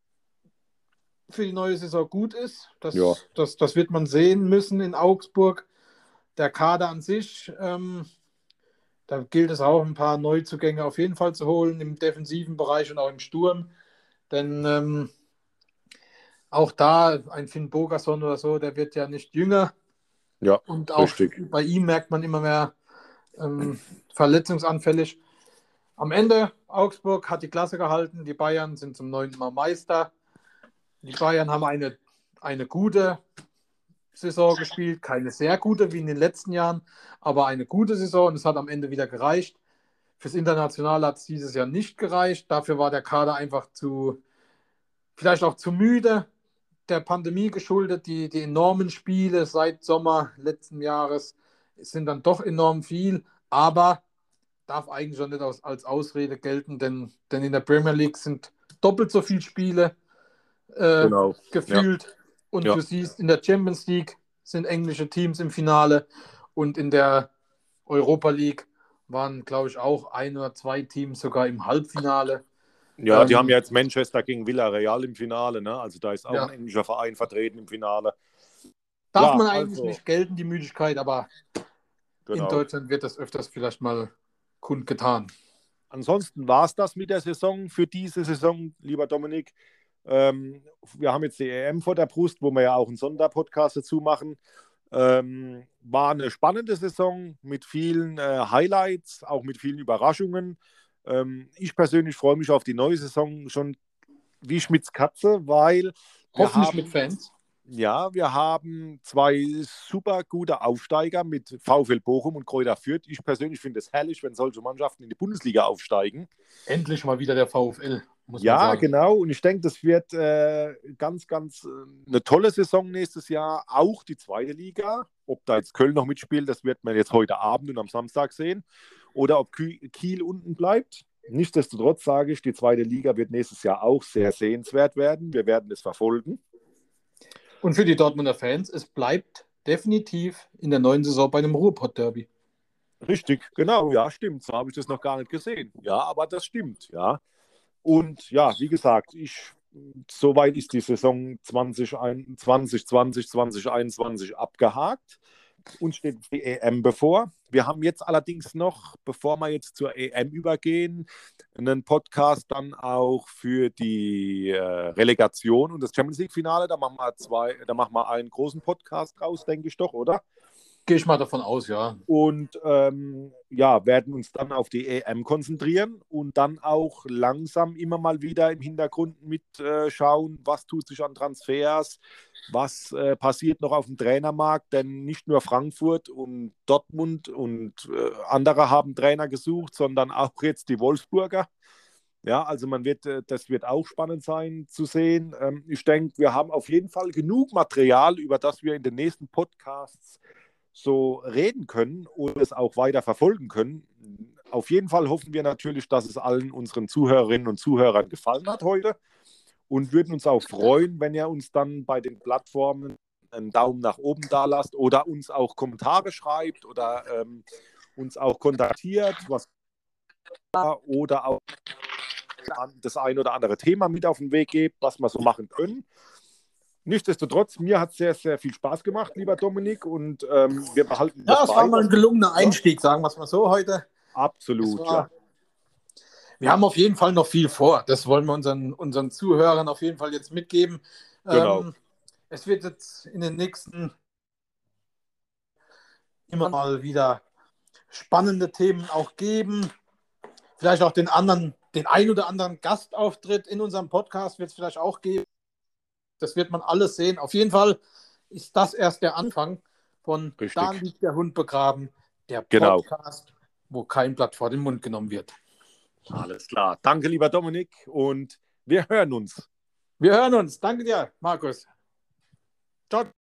für die neue Saison gut ist. Das, Ja. das, das wird man sehen müssen in Augsburg. Der Kader an sich, ähm, da gilt es auch, ein paar Neuzugänge auf jeden Fall zu holen im defensiven Bereich und auch im Sturm. Denn ähm, auch da, ein Finn Bogason oder so, der wird ja nicht jünger. Ja, Und auch richtig. bei ihm merkt man immer mehr ähm, verletzungsanfällig. Am Ende, Augsburg hat die Klasse gehalten. Die Bayern sind zum neunten Mal Meister. Die Bayern haben eine eine gute Saison gespielt, keine sehr gute wie in den letzten Jahren, aber eine gute Saison und es hat am Ende wieder gereicht. Fürs Internationale hat es dieses Jahr nicht gereicht. Dafür war der Kader einfach zu, vielleicht auch zu müde, der Pandemie geschuldet. Die, die enormen Spiele seit Sommer letzten Jahres sind dann doch enorm viel, aber darf eigentlich schon nicht als, als Ausrede gelten, denn, denn in der Premier League sind doppelt so viele Spiele äh, Genau. gefühlt. Ja. Und Ja. du siehst, in der Champions League sind englische Teams im Finale und in der Europa League waren, glaube ich, auch ein oder zwei Teams sogar im Halbfinale. Ja, die ähm, haben ja jetzt Manchester gegen Villarreal im Finale, ne? Also da ist auch ja. ein englischer Verein vertreten im Finale. Darf Ja, man eigentlich also, nicht gelten, die Müdigkeit, aber genau. in Deutschland wird das öfters vielleicht mal kundgetan. Ansonsten war es das mit der Saison für diese Saison, lieber Dominik. Ähm, wir haben jetzt die E M vor der Brust, wo wir ja auch einen Sonderpodcast dazu machen. Ähm, war eine spannende Saison mit vielen äh, Highlights, auch mit vielen Überraschungen. Ähm, ich persönlich freue mich auf die neue Saison schon wie Schmitz Katze, weil wir Hoffentlich haben, mit Fans. ja, wir haben zwei super gute Aufsteiger mit VfL Bochum und Kräuter Fürth. Ich persönlich finde es herrlich, wenn solche Mannschaften in die Bundesliga aufsteigen. Endlich mal wieder der VfL, muss man Ja, sagen. genau. Und ich denke, das wird äh, ganz, ganz äh, eine tolle Saison nächstes Jahr. Auch die zweite Liga. Ob da jetzt Köln noch mitspielt, das wird man jetzt heute Abend und am Samstag sehen. Oder ob Kiel unten bleibt. Nichtsdestotrotz sage ich, die zweite Liga wird nächstes Jahr auch sehr sehenswert werden. Wir werden es verfolgen. Und für die Dortmunder Fans, es bleibt definitiv in der neuen Saison bei einem Ruhrpott-Derby. Richtig, genau. Ja, stimmt. So habe ich das noch gar nicht gesehen. Ja, aber das stimmt, ja. Und ja, wie gesagt, ich, soweit ist die Saison zwanzig zwanzig, zwanzig einundzwanzig abgehakt und steht die E M bevor. Wir haben jetzt allerdings noch, bevor wir jetzt zur E M übergehen, einen Podcast dann auch für die äh, Relegation und das Champions League-Finale. Da machen wir zwei, da machen wir einen großen Podcast raus, denke ich doch, oder? Gehe ich mal davon aus, ja. Und ähm, ja, werden uns dann auf die E M konzentrieren und dann auch langsam immer mal wieder im Hintergrund mitschauen, äh, was tut sich an Transfers, was äh, passiert noch auf dem Trainermarkt, denn nicht nur Frankfurt und Dortmund und äh, andere haben Trainer gesucht, sondern auch jetzt die Wolfsburger. Ja, also man wird, äh, das wird auch spannend sein zu sehen. Ähm, ich denke, wir haben auf jeden Fall genug Material, über das wir in den nächsten Podcasts so reden können und es auch weiter verfolgen können. Auf jeden Fall hoffen wir natürlich, dass es allen unseren Zuhörerinnen und Zuhörern gefallen hat heute und würden uns auch freuen, wenn ihr uns dann bei den Plattformen einen Daumen nach oben da lasst oder uns auch Kommentare schreibt oder ähm, uns auch kontaktiert, was oder auch das ein oder andere Thema mit auf den Weg gebt, was wir so machen können. Nichtsdestotrotz, mir hat es sehr, sehr viel Spaß gemacht, lieber Dominik, und ähm, wir behalten Ja, das es bei. war mal ein gelungener Einstieg, sagen wir es mal so heute. Absolut, war, ja. Wir haben auf jeden Fall noch viel vor. Das wollen wir unseren, unseren Zuhörern auf jeden Fall jetzt mitgeben. Genau. Ähm, es wird jetzt in den nächsten immer mal wieder spannende Themen auch geben. Vielleicht auch den anderen, den ein oder anderen Gastauftritt in unserem Podcast wird es vielleicht auch geben. Das wird man alles sehen. Auf jeden Fall ist das erst der Anfang von Richtig. Da liegt der Hund begraben, der Genau. Podcast, wo kein Blatt vor den Mund genommen wird. Alles klar. Danke, lieber Dominik, und wir hören uns. Wir hören uns. Danke dir, Markus. Ciao.